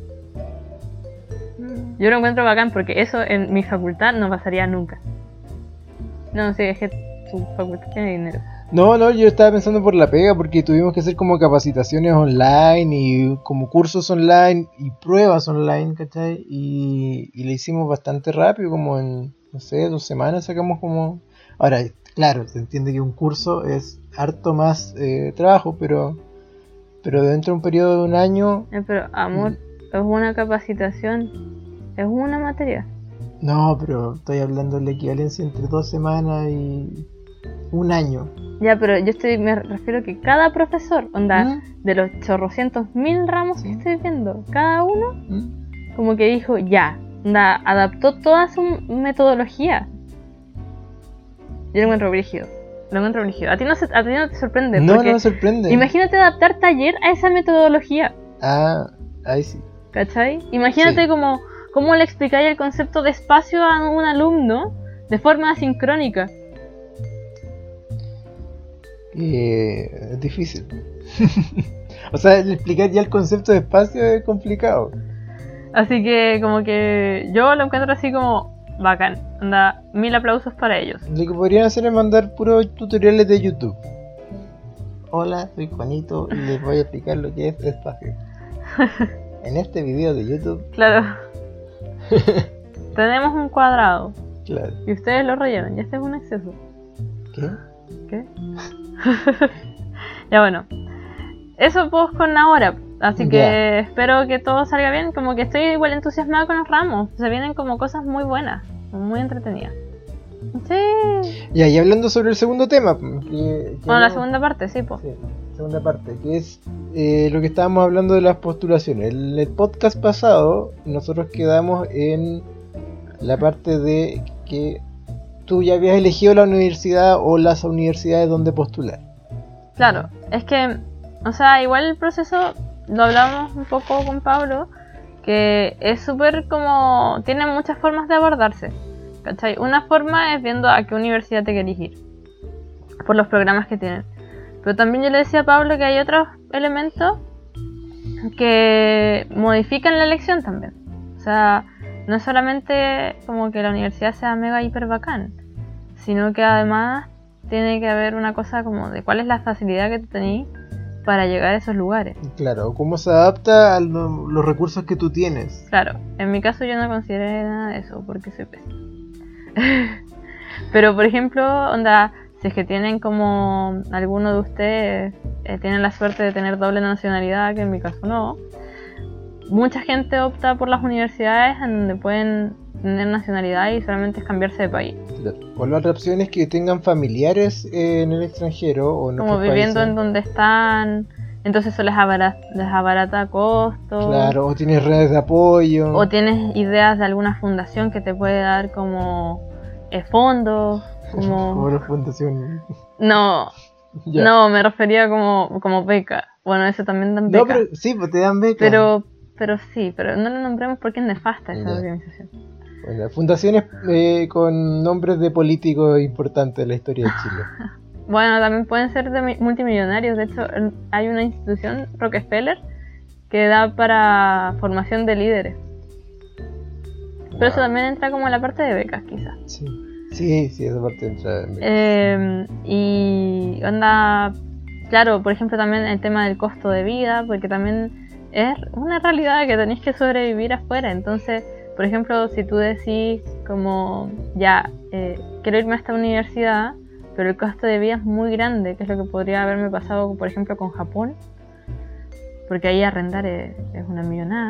Speaker 1: Yo lo encuentro bacán porque eso en mi facultad no pasaría nunca. No, sí, es que tu facultad tiene dinero.
Speaker 2: No, no, yo estaba pensando por la pega porque tuvimos que hacer como capacitaciones online y como cursos online y pruebas online, ¿cachai? Y, y le hicimos bastante rápido, como en, no sé, dos semanas sacamos como... Ahora, claro, se entiende que un curso es harto más eh, trabajo, pero pero dentro de un periodo de un año...
Speaker 1: Eh, pero, amor, es una capacitación, es una materia.
Speaker 2: No, pero estoy hablando de la equivalencia entre dos semanas y un año.
Speaker 1: Ya, pero yo estoy, me refiero que cada profesor, onda,
Speaker 2: ¿Mm?
Speaker 1: de los chorrocientos mil ramos que estoy viendo, cada uno
Speaker 2: ¿Mm?
Speaker 1: como que dijo, ya, onda, adaptó toda su metodología. Yo lo encuentro brígido, lo encuentro brígido. A ti no, se, a ti no te sorprende,
Speaker 2: No,
Speaker 1: porque
Speaker 2: no me sorprende.
Speaker 1: imagínate adaptar taller a esa metodología,
Speaker 2: Ah, ahí sí.
Speaker 1: ¿cachai? Imagínate
Speaker 2: Sí.
Speaker 1: como, cómo le explicáis el concepto de espacio a un alumno de forma asincrónica.
Speaker 2: Eh, es difícil. O sea, el explicar ya el concepto de espacio es complicado.
Speaker 1: Así que como que yo lo encuentro así como bacán. Anda, mil aplausos para ellos.
Speaker 2: Lo que podrían hacer es mandar puros tutoriales de YouTube. Hola, soy Juanito y les voy a explicar lo que es espacio. En este video de YouTube,
Speaker 1: Claro. Tenemos un cuadrado
Speaker 2: claro.
Speaker 1: y ustedes lo rellenan. Y este es un exceso.
Speaker 2: ¿Qué?
Speaker 1: ¿Qué? Ya bueno. Eso pues con ahora. Así que
Speaker 2: Ya.
Speaker 1: espero que todo salga bien. Como que estoy igual entusiasmada con los ramos. Se vienen como cosas muy buenas. Muy entretenidas. Sí.
Speaker 2: Ya, y hablando sobre el segundo tema. Que, que
Speaker 1: Bueno, la
Speaker 2: no-
Speaker 1: segunda parte, sí, pues.
Speaker 2: Sí, segunda parte, que es eh, lo que estábamos hablando de las postulaciones. En el podcast pasado, nosotros quedamos en la parte de que tú ya habías elegido la universidad o las universidades donde postular.
Speaker 1: Claro, es que, o sea, igual el proceso lo hablamos un poco con Pablo, que es súper como, tiene muchas formas de abordarse, ¿cachai? Una forma es viendo a qué universidad te querés ir, por los programas que tienen. Pero también yo le decía a Pablo que hay otros elementos que modifican la elección también. O sea, no es solamente como que la universidad sea mega hiper bacán, sino que además tiene que haber una cosa como de cuál es la facilidad que tú tenés para llegar a esos lugares.
Speaker 2: Claro, cómo se adapta a lo, los recursos que tú tienes.
Speaker 1: Claro, en mi caso yo no consideré nada de eso porque soy pésima. Pero por ejemplo, onda, si es que tienen como alguno de ustedes eh, tienen la suerte de tener doble nacionalidad, que en mi caso no, mucha gente opta por las universidades en donde pueden tener nacionalidad y solamente es cambiarse de país.
Speaker 2: Claro. O la otra opción es que tengan familiares eh, en el extranjero o en
Speaker 1: como
Speaker 2: otros
Speaker 1: viviendo
Speaker 2: países.
Speaker 1: en donde están, entonces eso les abarata, les abarata costos.
Speaker 2: Claro, o tienes redes de apoyo.
Speaker 1: O tienes ideas de alguna fundación que te puede dar como eh, fondos, como...
Speaker 2: como la fundación.
Speaker 1: No,
Speaker 2: Ya.
Speaker 1: no, me refería como, como beca. Bueno, eso también dan beca.
Speaker 2: No, pero sí, pues te dan beca.
Speaker 1: pero, pero sí, pero no lo nombremos porque es nefasta esa
Speaker 2: Ya.
Speaker 1: organización.
Speaker 2: Bueno, fundaciones eh, con nombres de políticos importantes de la historia de Chile.
Speaker 1: Bueno, también pueden ser de mi- multimillonarios. De hecho, en- hay una institución, Rockefeller, que da para formación de líderes. Pero eso
Speaker 2: Wow.
Speaker 1: también entra como en la parte de becas, quizás.
Speaker 2: Sí, sí, sí, esa parte entra en becas.
Speaker 1: Eh, y onda, claro, por ejemplo también el tema del costo de vida, porque también es una realidad que tenéis que sobrevivir afuera. Entonces, por ejemplo, si tú decís como, ya, eh, quiero irme a esta universidad, pero el costo de vida es muy grande, que es lo que podría haberme pasado, por ejemplo, con Japón, porque ahí arrendar es, es una millonada.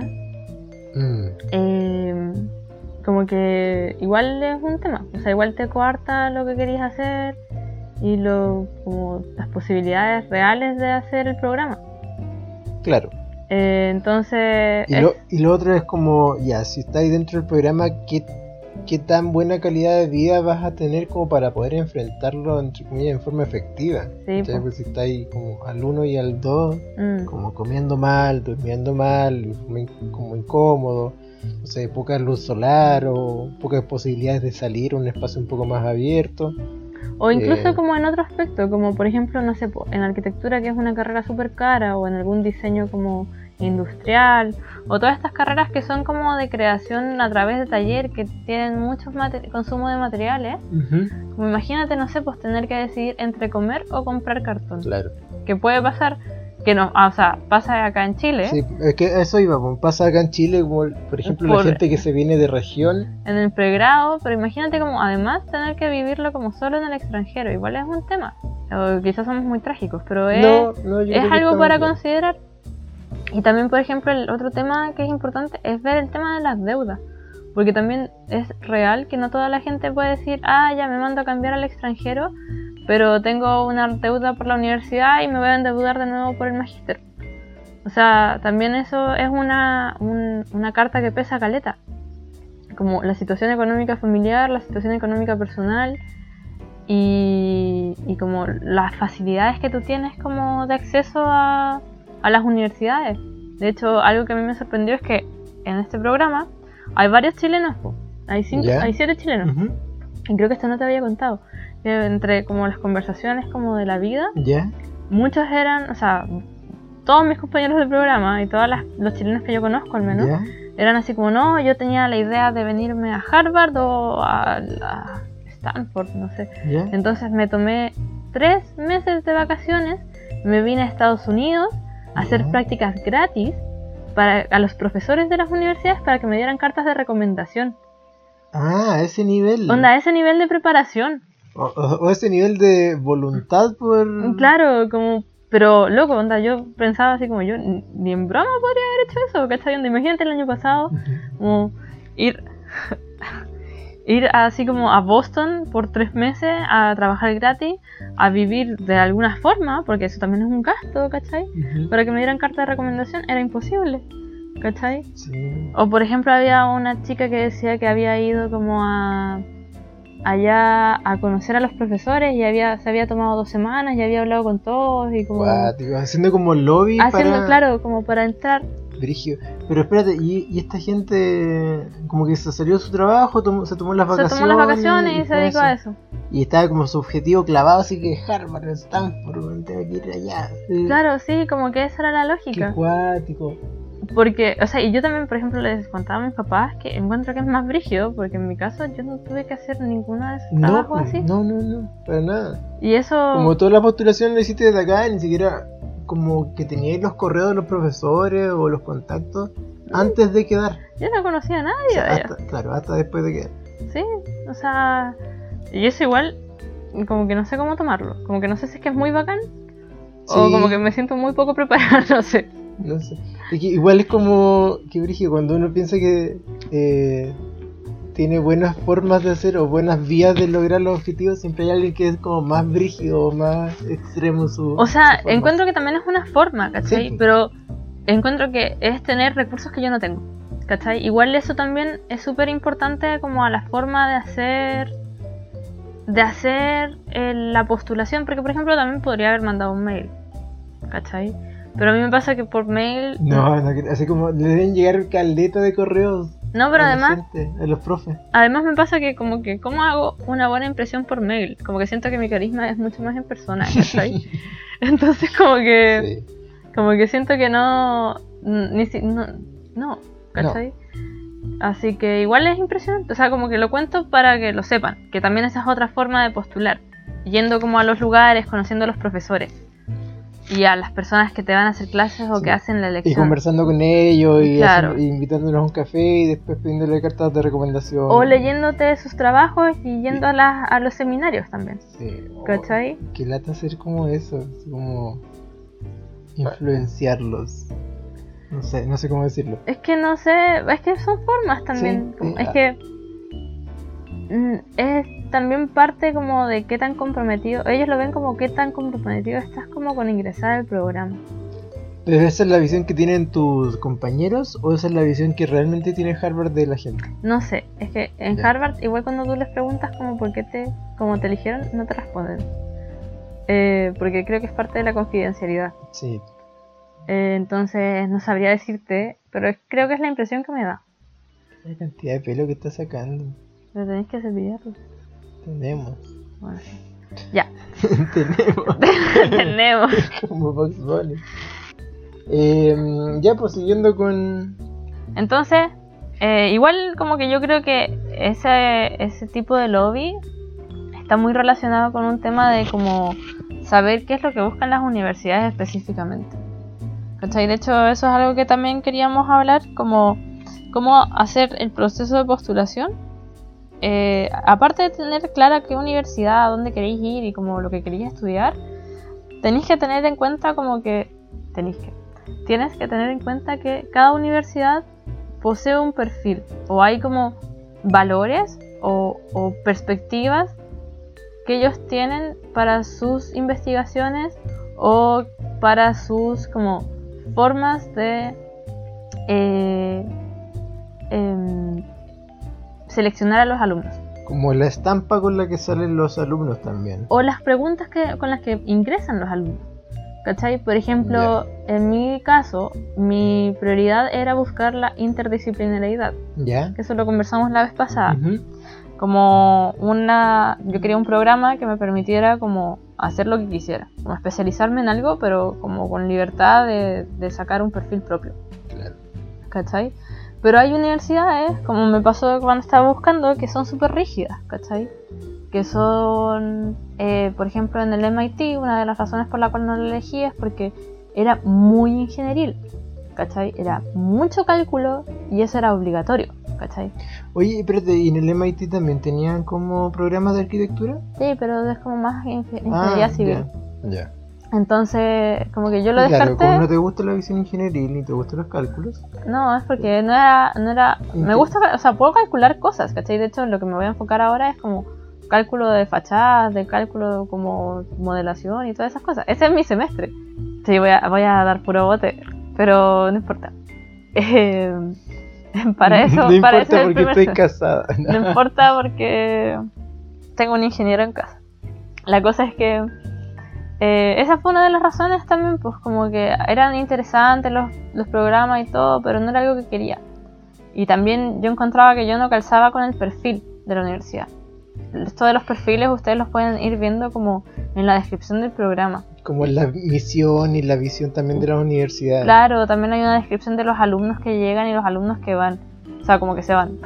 Speaker 2: Mm.
Speaker 1: Eh, como que igual es un tema, o sea, igual te coarta lo que querías hacer y lo, como las posibilidades reales de hacer el programa.
Speaker 2: Claro.
Speaker 1: Eh, entonces,
Speaker 2: Y
Speaker 1: es-
Speaker 2: lo, y lo otro es como, ya, si estáis dentro del programa, ¿qué, qué tan buena calidad de vida vas a tener como para poder enfrentarlo, entre comillas, en forma efectiva?
Speaker 1: Sí,
Speaker 2: ¿Cachai?
Speaker 1: po.
Speaker 2: Pues si estáis como al uno y al dos,
Speaker 1: mm,
Speaker 2: como comiendo mal, durmiendo mal, muy- como incómodo, no sé, poca luz solar o pocas posibilidades de salir a un espacio un poco más abierto.
Speaker 1: o incluso
Speaker 2: eh,
Speaker 1: como en otro aspecto, como por ejemplo, no sé, po, en arquitectura, que es una carrera súper cara, o en algún diseño como industrial, o todas estas carreras que son como de creación a través de taller, que tienen mucho consumo de materiales.
Speaker 2: Ujú.
Speaker 1: Como imagínate, no sé, pues tener que decidir entre comer o comprar cartón.
Speaker 2: Claro.
Speaker 1: Que puede pasar, que no, ah, o sea, pasa acá en Chile,
Speaker 2: Sí, es que eso iba, pues, pasa acá en Chile, como por ejemplo
Speaker 1: Por-
Speaker 2: la gente que se viene de región.
Speaker 1: en el pregrado, pero imagínate como además tener que vivirlo como solo en el extranjero, igual es un tema. O quizás somos muy trágicos, pero es,
Speaker 2: No, no, yo
Speaker 1: es
Speaker 2: creo que
Speaker 1: algo
Speaker 2: estamos
Speaker 1: para
Speaker 2: bien.
Speaker 1: considerar. Y también, por ejemplo, el otro tema que es importante es ver el tema de las deudas. Porque también es real que no toda la gente puede decir, ah, ya me mando a cambiar al extranjero, pero tengo una deuda por la universidad y me voy a endeudar de nuevo por el magíster. O sea, también eso es una, un- una carta que pesa caleta. Como la situación económica familiar, la situación económica personal y, y como las facilidades que tú tienes como de acceso a, a las universidades. De hecho, algo que a mí me sorprendió es que en este programa hay varios chilenos, po. Hay, cinco,
Speaker 2: ¿Ya?
Speaker 1: hay siete chilenos.
Speaker 2: Ujú.
Speaker 1: Y creo que esto no te había contado. Que entre como las conversaciones como de la vida,
Speaker 2: ¿Ya?
Speaker 1: muchos eran, o sea, todos mis compañeros del programa y todos los chilenos que yo conozco al menos,
Speaker 2: ¿Ya?
Speaker 1: eran así como, no, yo tenía la idea de venirme a Harvard o a, a Stanford, no sé.
Speaker 2: ¿Ya?
Speaker 1: Entonces me tomé tres meses de vacaciones, me vine a Estados Unidos a hacer
Speaker 2: Ya.
Speaker 1: prácticas gratis para, a los profesores de las universidades para que me dieran cartas de recomendación.
Speaker 2: Ah, a ese nivel.
Speaker 1: Onda, a ese nivel de preparación.
Speaker 2: O, o- o ese nivel de voluntad por...
Speaker 1: Claro, como... Pero, loco, onda, yo pensaba así como yo, ni ni en broma podría haber hecho eso, ¿cachai? Onda, imagínate el año pasado,
Speaker 2: Ujú.
Speaker 1: como ir... ir así como a Boston por tres meses a trabajar gratis, a vivir de alguna forma, porque eso también es un gasto, ¿cachai?
Speaker 2: Ujú.
Speaker 1: Para que me dieran carta de recomendación era imposible, ¿cachai?
Speaker 2: Sí.
Speaker 1: O por ejemplo había una chica que decía que había ido como a allá a conocer a los profesores y había se había tomado dos semanas y había hablado con todos y como
Speaker 2: Cuático, haciendo como lobby
Speaker 1: haciendo,
Speaker 2: para...
Speaker 1: claro, como para entrar.
Speaker 2: Brígido. Pero espérate, ¿y, y esta gente como que se salió de su trabajo, tomó- se tomó las
Speaker 1: Se
Speaker 2: vacaciones?
Speaker 1: tomó las vacaciones y se
Speaker 2: fue
Speaker 1: dedicó
Speaker 2: eso?
Speaker 1: a eso.
Speaker 2: Y estaba como su objetivo clavado, así que Harvard, Stanford, tengo que ir allá. Sí.
Speaker 1: Claro, sí, como que esa era la
Speaker 2: Qué
Speaker 1: lógica.
Speaker 2: cuático.
Speaker 1: Porque, o sea, y yo también, por ejemplo, les contaba a mis papás que encuentro que es más brígido, porque en mi caso yo no tuve que hacer ninguna de esos
Speaker 2: No,
Speaker 1: trabajos así.
Speaker 2: no, no, no, para nada.
Speaker 1: Y eso...
Speaker 2: Como toda la postulación la hiciste desde acá, ni siquiera como que teníais los correos de los profesores o los contactos antes de quedar.
Speaker 1: Yo no conocía a nadie.
Speaker 2: O sea,
Speaker 1: allá.
Speaker 2: hasta, claro, hasta después de quedar.
Speaker 1: Sí, o sea, y eso igual, como que no sé cómo tomarlo. Como que no sé si es que es muy bacán o
Speaker 2: Sí.
Speaker 1: como que me siento muy poco preparada, no sé.
Speaker 2: No sé. Es que igual es como que brígido cuando uno piensa que eh, tiene buenas formas de hacer o buenas vías de lograr los objetivos, siempre hay alguien que es como más brígido o más extremo en su.
Speaker 1: O sea,
Speaker 2: su forma.
Speaker 1: encuentro que también es una forma, ¿cachai?
Speaker 2: Sí.
Speaker 1: Pero encuentro que es tener recursos que yo no tengo, ¿cachai? Igual eso también es súper importante como a la forma de hacer de hacer eh, la postulación, porque por ejemplo también podría haber mandado un mail, ¿cachai? Pero a mí me pasa que por mail...
Speaker 2: No, no, que- así como le deben llegar caleta de correos.
Speaker 1: No, pero
Speaker 2: a la
Speaker 1: además,
Speaker 2: gente, a los profes.
Speaker 1: además me pasa que como que, ¿cómo hago una buena impresión por mail? Como que siento que mi carisma es mucho más en persona, ¿cachai? Entonces como que...
Speaker 2: Sí.
Speaker 1: Como que siento que no... Ni si, no, no, ¿cachai? Así que igual es impresionante. O sea, como que lo cuento para que lo sepan. Que también esa es otra forma de postular. Yendo como a los lugares, conociendo a los profesores. Y a las personas que te van a hacer clases o
Speaker 2: Sí.
Speaker 1: que hacen la
Speaker 2: Y
Speaker 1: lección.
Speaker 2: conversando con ellos y,
Speaker 1: Claro.
Speaker 2: haciendo- y invitándolos a un café y después pidiéndole cartas de recomendación.
Speaker 1: O leyéndote sus trabajos y yendo a, las, a los seminarios también.
Speaker 2: Sí. Oh,
Speaker 1: ¿Cachai?
Speaker 2: qué lata hacer como eso, así como influenciarlos. No sé, no sé cómo decirlo.
Speaker 1: Es que no sé, es que son formas también.
Speaker 2: Sí,
Speaker 1: como-
Speaker 2: sí,
Speaker 1: es
Speaker 2: ah.
Speaker 1: que mm, es también parte como de qué tan comprometido, ellos lo ven como qué tan comprometido estás como con ingresar al programa.
Speaker 2: ¿Pero esa es la visión que tienen tus compañeros o esa es la visión que realmente tiene Harvard de la gente?
Speaker 1: No sé, es que en
Speaker 2: Ya.
Speaker 1: Harvard igual cuando tú les preguntas como por qué te, como te eligieron, no te responden. Eh, porque creo que es parte de la confidencialidad.
Speaker 2: Sí.
Speaker 1: Eh, entonces no sabría decirte, pero es- creo que es la impresión que me da.
Speaker 2: La cantidad de pelo que está sacando.
Speaker 1: Pero tenéis que cepillarlo.
Speaker 2: Tenemos.
Speaker 1: Bueno, ya,
Speaker 2: Tenemos.
Speaker 1: tenemos.
Speaker 2: Como Bugs Bunny. Eh, ya, pues siguiendo con.
Speaker 1: Entonces, eh, igual como que yo creo que ese, ese tipo de lobby está muy relacionado con un tema de como saber qué es lo que buscan las universidades específicamente. ¿Cachai? De hecho, eso es algo que también queríamos hablar, como cómo hacer el proceso de postulación. Eh, aparte de tener clara qué universidad, a dónde queréis ir y como lo que queréis estudiar, tenéis que tener en cuenta como que tenéis que tienes que tener en cuenta que cada universidad posee un perfil o hay como valores o, o perspectivas que ellos tienen para sus investigaciones o para sus como formas de eh, em, seleccionar a los alumnos
Speaker 2: Como la estampa con la que salen los alumnos también.
Speaker 1: o las preguntas que, con las que ingresan los alumnos. ¿Cachai? Por ejemplo, en mi caso, mi prioridad era buscar la interdisciplinariedad,
Speaker 2: ¿Ya?
Speaker 1: que eso lo conversamos la vez pasada.
Speaker 2: Ujú.
Speaker 1: Como una, yo quería un programa que me permitiera como hacer lo que quisiera, como especializarme en algo, pero como con libertad de, de sacar un perfil propio.
Speaker 2: Claro.
Speaker 1: ¿Cachai? Pero hay universidades, como me pasó cuando estaba buscando, que son súper rígidas, ¿cachai? Que son, eh, por ejemplo, en el M I T, una de las razones por la cual no lo elegí es porque era muy ingenieril, ¿cachai? Era mucho cálculo y eso era obligatorio, ¿cachai?
Speaker 2: Oye, espérate, ¿y en el M I T también tenían como programas de arquitectura?
Speaker 1: Sí, pero es como más inge- ingeniería civil.
Speaker 2: Ya. ya.
Speaker 1: Entonces, como que yo lo
Speaker 2: Y claro,
Speaker 1: descarté.
Speaker 2: como no te gusta la visión ingenieril ni te gustan los cálculos.
Speaker 1: No, es porque no era, no era, me gusta, o sea, puedo calcular cosas, ¿cachai? De hecho, en lo que me voy a enfocar ahora es como cálculo de fachadas, de cálculo como modelación y todas esas cosas. Ese es mi semestre. Sí, voy a, voy a dar puro bote, pero no importa. Eh, para eso,
Speaker 2: no
Speaker 1: para
Speaker 2: importa
Speaker 1: eso es el
Speaker 2: porque
Speaker 1: primer
Speaker 2: estoy
Speaker 1: sem-
Speaker 2: casada.
Speaker 1: No importa porque tengo un ingeniero en casa. La cosa es que eh, esa fue una de las razones también, pues como que eran interesantes los, los programas y todo, pero no era algo que quería. Y también yo encontraba que yo no calzaba con el perfil de la universidad. Esto de los perfiles ustedes los pueden ir viendo como en la descripción del programa.
Speaker 2: Como la misión y la visión también de las universidades.
Speaker 1: Claro, también hay una descripción de los alumnos que llegan y los alumnos que van. O sea, como que se van.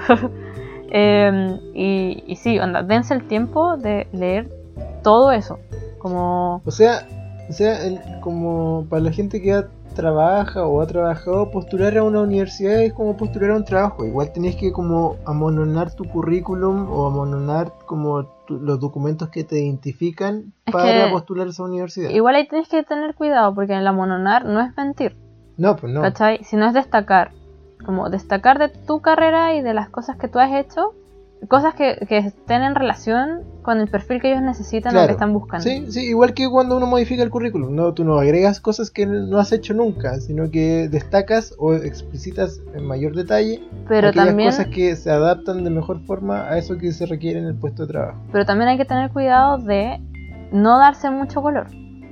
Speaker 1: eh, y, y sí, onda, dense el tiempo de leer todo eso. Como...
Speaker 2: O sea, O sea, el, como para la gente que ya trabaja o ha trabajado, postular a una universidad es como postular a un trabajo. Igual tenés que como amononar tu currículum o amononar como tu, los documentos que te identifican
Speaker 1: Es
Speaker 2: para
Speaker 1: que
Speaker 2: postular a esa universidad.
Speaker 1: igual ahí tienes que tener cuidado porque en el amononar no es mentir,
Speaker 2: No, pues no.
Speaker 1: ¿cachai? Sino es destacar. Como destacar de tu carrera y de las cosas que tú has hecho, cosas que, que estén en relación con el perfil que ellos necesitan
Speaker 2: Claro.
Speaker 1: o que están buscando.
Speaker 2: Sí, sí, igual que cuando uno modifica el currículum, no, tú no agregas cosas que no has hecho nunca, sino que destacas o explicitas en mayor detalle
Speaker 1: Pero
Speaker 2: aquellas
Speaker 1: también,
Speaker 2: cosas que se adaptan de mejor forma a eso que se requiere en el puesto de trabajo.
Speaker 1: pero también hay que tener cuidado de no darse mucho color,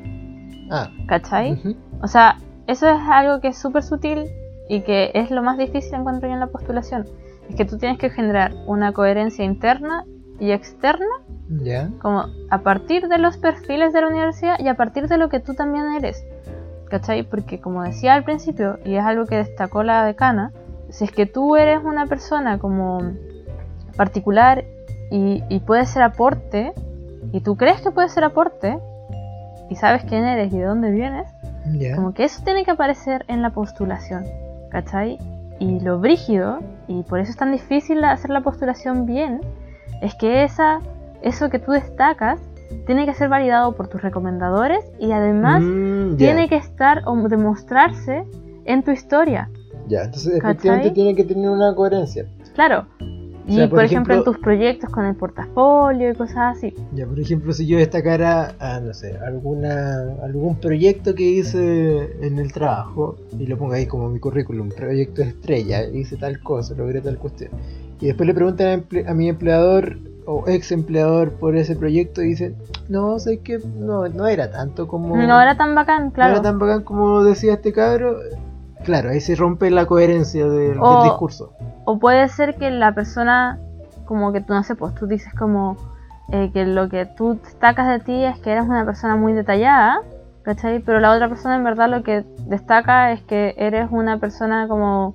Speaker 2: Ah,
Speaker 1: ¿cachai?
Speaker 2: ujú.
Speaker 1: O sea, eso es algo que es súper sutil y que es lo más difícil, encuentro yo, en la postulación. Es que tú tienes que generar una coherencia interna y externa,
Speaker 2: Ya.
Speaker 1: como a partir de los perfiles de la universidad y a partir de lo que tú también eres, ¿cachai? Porque como decía al principio, y es algo que destacó la decana, si es que tú eres una persona como particular y, y puedes ser aporte, y tú crees que puedes ser aporte, y sabes quién eres y de dónde vienes,
Speaker 2: Ya.
Speaker 1: como que eso tiene que aparecer en la postulación, ¿cachai? Y lo brígido, y por eso es tan difícil hacer la postulación bien, es que esa, eso que tú destacas tiene que ser validado por tus recomendadores y además
Speaker 2: Mm, ya.
Speaker 1: tiene que estar o demostrarse en tu historia,
Speaker 2: Ya, entonces
Speaker 1: ¿cachai?
Speaker 2: efectivamente tiene que tener una coherencia.
Speaker 1: claro. Y
Speaker 2: O sea,
Speaker 1: por,
Speaker 2: por
Speaker 1: ejemplo, en
Speaker 2: ejemplo-
Speaker 1: tus proyectos con el portafolio y cosas así.
Speaker 2: Ya, por ejemplo, si yo destacara, ah, no sé, alguna algún proyecto que hice en el trabajo y lo pongo ahí como mi currículum, proyecto estrella, hice tal cosa, logré tal cuestión. Y después le preguntan a, emple- a mi empleador o ex empleador por ese proyecto y dicen, no, sé que no, no era tanto como...
Speaker 1: No era tan bacán, claro.
Speaker 2: no era tan bacán como decía este cabro. Claro, ahí se rompe la coherencia del,
Speaker 1: O-
Speaker 2: del discurso.
Speaker 1: O puede ser que la persona, como que, no sé, pues tú dices como eh, que lo que tú destacas de ti es que eres una persona muy detallada, ¿cachai? Pero la otra persona en verdad lo que destaca es que eres una persona como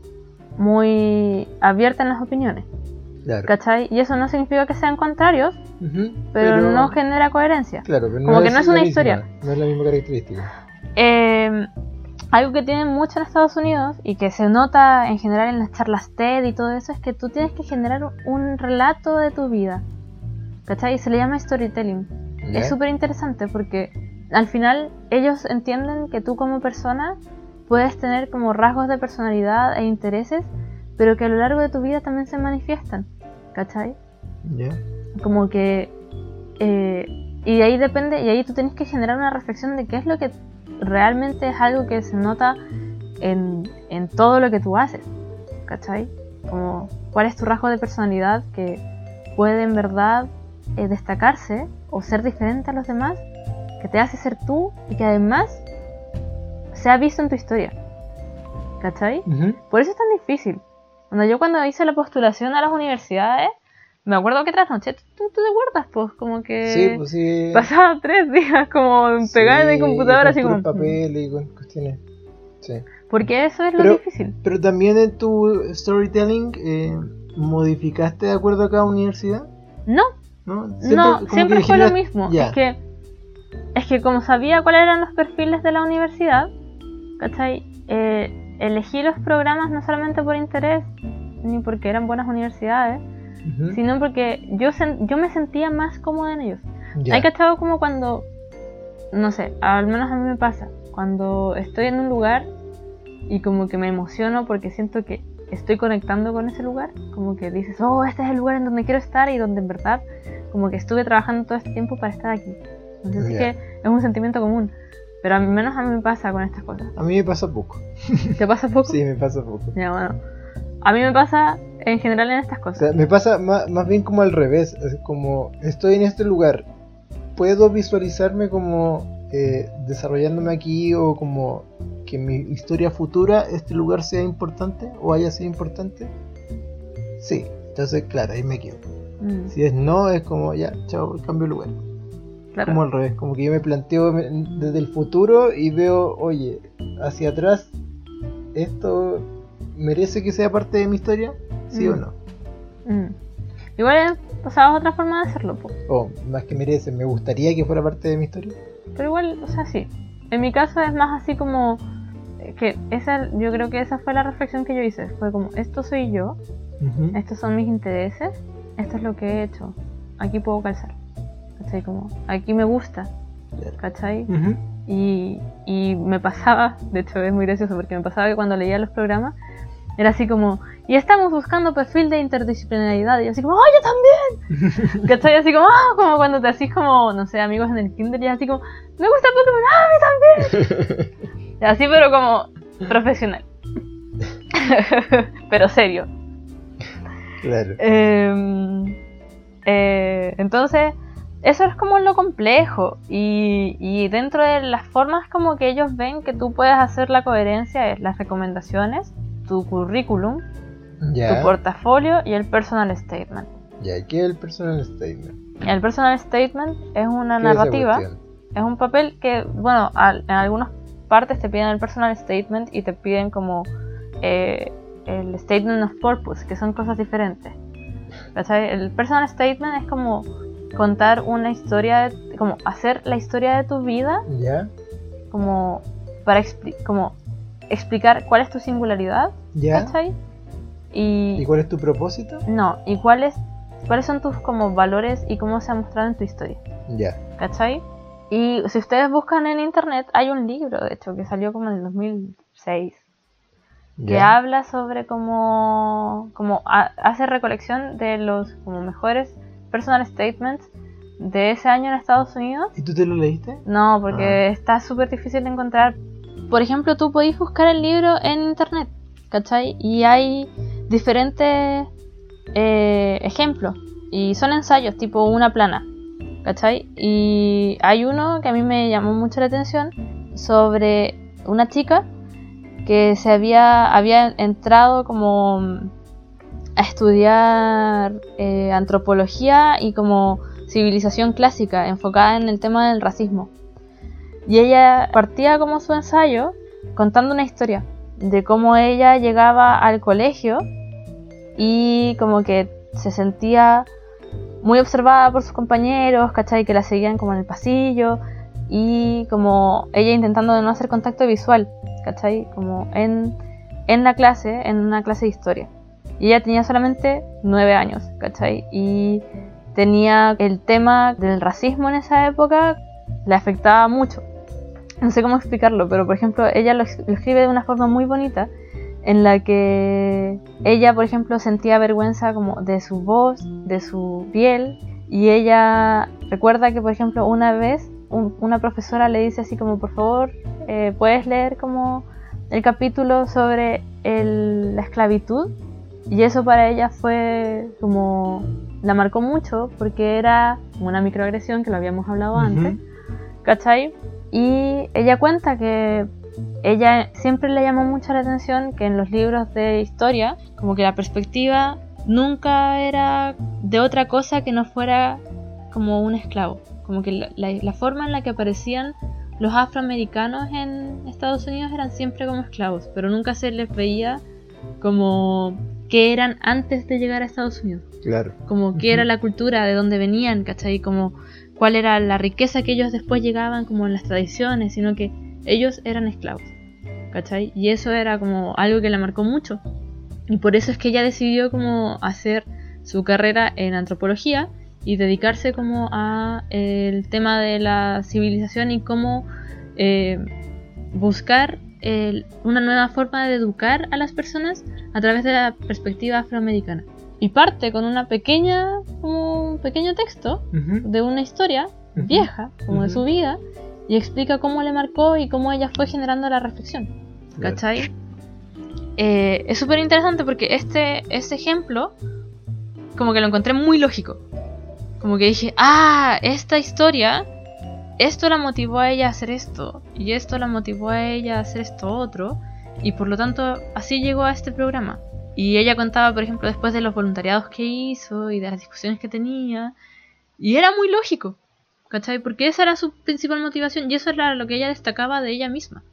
Speaker 1: muy abierta en las opiniones,
Speaker 2: Claro.
Speaker 1: ¿cachai? Y eso no significa que sean contrarios,
Speaker 2: Ujú,
Speaker 1: pero, no genera coherencia.
Speaker 2: Claro, pero
Speaker 1: como que no es
Speaker 2: la
Speaker 1: una
Speaker 2: misma,
Speaker 1: historia.
Speaker 2: No es la misma característica.
Speaker 1: Eh, algo que tienen mucho en Estados Unidos y que se nota en general en las charlas TED y todo eso es que tú tienes que generar un relato de tu vida, ¿cachai? Y se le llama storytelling.
Speaker 2: ¿Ya?
Speaker 1: Es súper interesante porque al final ellos entienden que tú como persona puedes tener como rasgos de personalidad e intereses, pero que a lo largo de tu vida también se manifiestan, ¿cachai?
Speaker 2: ¿Ya?
Speaker 1: Como que eh, y de ahí depende, y ahí tú tienes que generar una reflexión de qué es lo que realmente es algo que se nota en, en todo lo que tú haces, ¿cachai? Como cuál es tu rasgo de personalidad que puede en verdad eh, destacarse o ser diferente a los demás, que te hace ser tú y que además se ha visto en tu historia, ¿cachai?
Speaker 2: Ujú.
Speaker 1: Por eso es tan difícil. Cuando yo cuando hice la postulación a las universidades, me acuerdo que trasnoché, ¿tú, tú, tú te acuerdas? Pues como que
Speaker 2: Sí, pues sí.
Speaker 1: pasaba tres días como pegada en el
Speaker 2: Sí,
Speaker 1: computador
Speaker 2: con
Speaker 1: así
Speaker 2: puros
Speaker 1: como...
Speaker 2: papeles y con cuestiones. Sí.
Speaker 1: Porque eso es lo
Speaker 2: Pero,
Speaker 1: difícil.
Speaker 2: pero también en tu storytelling eh, modificaste de acuerdo a cada universidad,
Speaker 1: No,
Speaker 2: ¿no?
Speaker 1: no,
Speaker 2: como
Speaker 1: siempre
Speaker 2: que
Speaker 1: fue lo
Speaker 2: generas-
Speaker 1: mismo.
Speaker 2: Ya.
Speaker 1: Es que es que como sabía cuáles eran los perfiles de la universidad, ¿cachai? Eh, elegí los programas no solamente por interés, ni porque eran buenas universidades,
Speaker 2: Ujú.
Speaker 1: sino porque yo, sen- yo me sentía más cómoda en ellos.
Speaker 2: Ya.
Speaker 1: Hay cachado como cuando, no sé, al menos a mí me pasa, cuando estoy en un lugar y como que me emociono porque siento que estoy conectando con ese lugar, como que dices, oh, este es el lugar en donde quiero estar y donde en verdad como que estuve trabajando todo este tiempo para estar aquí. Entonces
Speaker 2: Ya.
Speaker 1: es que es un sentimiento común, pero al menos a mí me pasa con estas cosas.
Speaker 2: A mí me pasa poco.
Speaker 1: ¿Te pasa poco?
Speaker 2: Sí, me pasa poco.
Speaker 1: Ya, bueno. A mí me pasa en general en estas
Speaker 2: O
Speaker 1: cosas.
Speaker 2: sea, me pasa más, más bien como al revés. Es como, estoy en este lugar. ¿Puedo visualizarme como eh, desarrollándome aquí o como que en mi historia futura este lugar sea importante o haya sido importante? Sí, entonces claro, ahí me quedo.
Speaker 1: Mm,
Speaker 2: Si es no, es como ya, chao, cambio de lugar.
Speaker 1: claro.
Speaker 2: Como al revés, como que yo me planteo me- desde el futuro y veo, oye, hacia atrás, ¿esto merece que sea parte de mi historia? ¿Sí
Speaker 1: Mm.
Speaker 2: o no?
Speaker 1: Mm. Igual he pasado otra forma de hacerlo, po.
Speaker 2: O más que merece, me gustaría que fuera parte de mi historia.
Speaker 1: Pero igual, o sea, sí. En mi caso es más así como que esa, yo creo que esa fue la reflexión que yo hice. Fue como, esto soy yo,
Speaker 2: Ujú.
Speaker 1: estos son mis intereses, esto es lo que he hecho, aquí puedo calzar, ¿cachai? Como, aquí me gusta, ¿cachai?
Speaker 2: Ujú.
Speaker 1: Y, y me pasaba, de hecho es muy gracioso porque me pasaba que cuando leía los programas era así como, y estamos buscando perfil de interdisciplinaridad, y yo así como, ¡oh, yo también! ¿Cachai? Así como, ¡ah! Como cuando te hacís como, no sé, amigos en el kinder y así como, me gusta Pokémon, ¡ah, a mí también! Y así pero como profesional. Pero serio.
Speaker 2: Claro.
Speaker 1: Eh, eh, entonces, eso es como lo complejo. Y, y dentro de las formas como que ellos ven que tú puedes hacer la coherencia es las recomendaciones, tu currículum,
Speaker 2: Ya.
Speaker 1: tu portafolio y el personal statement.
Speaker 2: Ya, ¿qué es el personal statement?
Speaker 1: El personal statement es una
Speaker 2: ¿Qué es esa
Speaker 1: narrativa,
Speaker 2: cuestión?
Speaker 1: es un papel que, bueno, al- en algunas partes te piden el personal statement y te piden como eh, el statement of purpose, que son cosas diferentes. ¿Cachai? El personal statement es como contar una historia, de- como hacer la historia de tu vida,
Speaker 2: Ya.
Speaker 1: como para expli- como explicar cuál es tu singularidad,
Speaker 2: Ya.
Speaker 1: ¿cachai? Y,
Speaker 2: ¿Y cuál es tu propósito?
Speaker 1: no, y cuáles cuáles son tus como valores y cómo se ha mostrado en tu historia,
Speaker 2: Ya.
Speaker 1: ¿cachai? Y si ustedes buscan en internet hay un libro, de hecho, que salió como en el dos mil seis, que
Speaker 2: Ya.
Speaker 1: habla sobre cómo, cómo ha- hace recolección de los como mejores personal statements de ese año en Estados Unidos.
Speaker 2: ¿Y tú te lo leíste?
Speaker 1: No, porque
Speaker 2: Ah.
Speaker 1: está súper difícil de encontrar. Por ejemplo, tú podéis buscar el libro en internet, ¿cachai? Y hay diferentes eh, ejemplos. Y son ensayos, tipo una plana, ¿cachai? Y hay uno que a mí me llamó mucho la atención sobre una chica que se había, había entrado como a estudiar eh, antropología y como civilización clásica, enfocada en el tema del racismo. Y ella partía como su ensayo contando una historia de cómo ella llegaba al colegio y como que se sentía muy observada por sus compañeros, ¿cachai? Que la seguían como en el pasillo y como ella intentando de no hacer contacto visual, ¿cachai? Como en, en la clase, en una clase de historia. Y ella tenía solamente nueve años, ¿cachai? Y tenía el tema del racismo en esa época, le afectaba mucho. No sé cómo explicarlo, pero por ejemplo ella lo, lo escribe de una forma muy bonita, en la que ella, por ejemplo, sentía vergüenza como de su voz, de su piel, y ella recuerda que, por ejemplo, una vez un, una profesora le dice así como, por favor, eh, ¿puedes leer como el capítulo sobre el, la esclavitud? Y eso para ella fue como, la marcó mucho, porque era una microagresión, que lo habíamos hablado
Speaker 2: Ujú.
Speaker 1: antes, ¿cachai? Y ella cuenta que ella siempre le llamó mucho la atención que en los libros de historia, como que la perspectiva nunca era de otra cosa que no fuera como un esclavo. Como que la, la, la forma en la que aparecían los afroamericanos en Estados Unidos eran siempre como esclavos, pero nunca se les veía como que eran antes de llegar a Estados Unidos.
Speaker 2: Claro.
Speaker 1: Como qué
Speaker 2: Ujú.
Speaker 1: era la cultura, de dónde venían, ¿cachai? Como cuál era la riqueza que ellos después llegaban como en las tradiciones, sino que ellos eran esclavos, ¿cachai? Y eso era como algo que la marcó mucho. Y por eso es que ella decidió como hacer su carrera en antropología y dedicarse como a el tema de la civilización y cómo eh, buscar el, una nueva forma de educar a las personas a través de la perspectiva afroamericana. Y parte con una pequeña, como un pequeño texto
Speaker 2: Ujú.
Speaker 1: de una historia
Speaker 2: Ujú.
Speaker 1: vieja, como de
Speaker 2: Ujú.
Speaker 1: su vida, y explica cómo le marcó y cómo ella fue generando la reflexión,
Speaker 2: Claro.
Speaker 1: ¿cachai? Eh, es súper interesante porque este, este ejemplo como que lo encontré muy lógico. Como que dije, ah, esta historia, esto la motivó a ella a hacer esto, y esto la motivó a ella a hacer esto otro, y por lo tanto así llegó a este programa. Y ella contaba, por ejemplo, después de los voluntariados que hizo y de las discusiones que tenía, y era muy lógico, ¿cachai? Porque esa era su principal motivación, y eso era lo que ella destacaba de ella misma,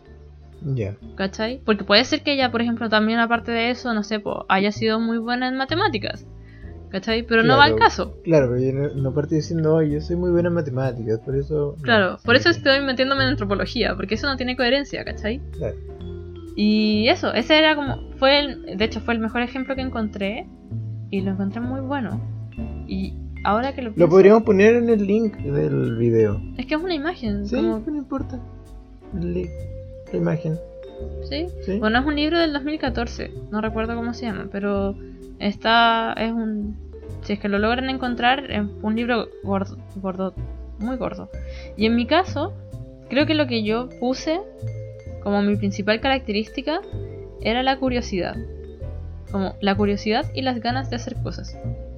Speaker 2: Ya.
Speaker 1: ¿cachai? Porque puede ser que ella, por ejemplo, también aparte de eso, no sé, po, haya sido muy buena en matemáticas, ¿cachai? Pero
Speaker 2: claro,
Speaker 1: no va al caso.
Speaker 2: Claro, pero yo no, no partí diciendo, oye, yo soy muy buena en matemáticas, por eso...
Speaker 1: Claro,
Speaker 2: no,
Speaker 1: por
Speaker 2: sí,
Speaker 1: eso
Speaker 2: sí.
Speaker 1: estoy metiéndome en antropología, porque eso no tiene coherencia, ¿cachai?
Speaker 2: Claro.
Speaker 1: Y eso, ese era como, fue el, de hecho fue el mejor ejemplo que encontré, y lo encontré muy bueno. Y ahora que lo pienso...
Speaker 2: Lo podríamos poner en el link del video.
Speaker 1: Es que es una imagen,
Speaker 2: Sí,
Speaker 1: como...
Speaker 2: no importa. El link, la imagen.
Speaker 1: ¿Sí?
Speaker 2: Sí.
Speaker 1: Bueno, es un libro del dos mil catorce, no recuerdo cómo se llama, pero está, es un, si es que lo logran encontrar, es un libro gordo, gordo, muy gordo. Y en mi caso, creo que lo que yo puse como mi principal característica era la curiosidad, como la curiosidad y las ganas de hacer cosas,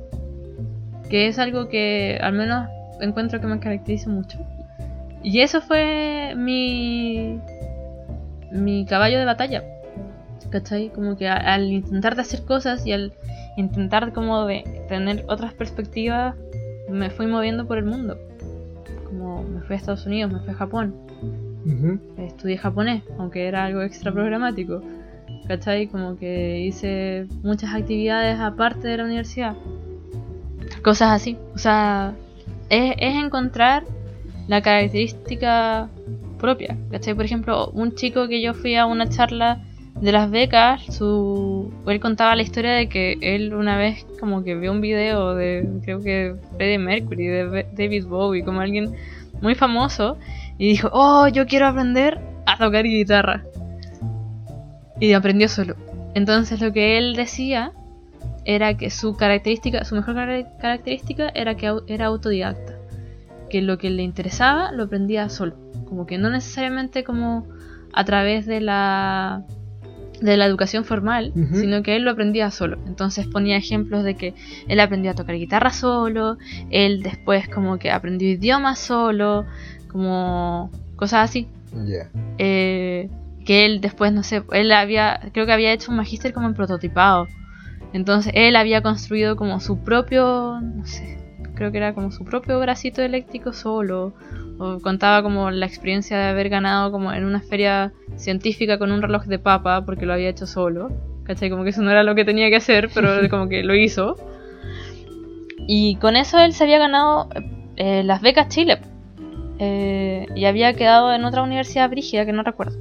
Speaker 1: que es algo que al menos encuentro que me caracteriza mucho. Y eso fue mi mi caballo de batalla, ¿cachai? Como que a, al intentar de hacer cosas y al intentar como de tener otras perspectivas, me fui moviendo por el mundo. Como me fui a Estados Unidos, me fui a Japón,
Speaker 2: Uh-huh.
Speaker 1: estudié japonés, aunque era algo extra programático, ¿cachai? Como que hice muchas actividades aparte de la universidad, cosas así. O sea, es, es encontrar la característica propia, ¿cachai? Por ejemplo, un chico que yo fui a una charla de las becas, su él contaba la historia de que él una vez como que vio un video de, creo que Freddie Mercury, de Be- David Bowie, como alguien muy famoso, y dijo, oh, yo quiero aprender a tocar guitarra. Y aprendió solo. Entonces lo que él decía era que su característica, su mejor car- característica era que au- era autodidacta, que lo que le interesaba lo aprendía solo, como que no necesariamente como a través de la de la educación formal,
Speaker 2: Uh-huh.
Speaker 1: sino que él lo aprendía solo. Entonces ponía ejemplos de que él aprendió a tocar guitarra solo, él después como que aprendió idiomas solo, como cosas así.
Speaker 2: Ya.
Speaker 1: Eh, que él después, no sé, él había, creo que había hecho un magíster como en prototipado. Entonces él había construido como su propio, no sé, creo que era como su propio bracito eléctrico solo, o contaba como la experiencia de haber ganado como en una feria científica con un reloj de papa porque lo había hecho solo, ¿cachai? Como que eso no era lo que tenía que hacer, pero como que lo hizo. Y con eso él se había ganado eh, las becas Chile, eh, y había quedado en otra universidad brígida que no recuerdo.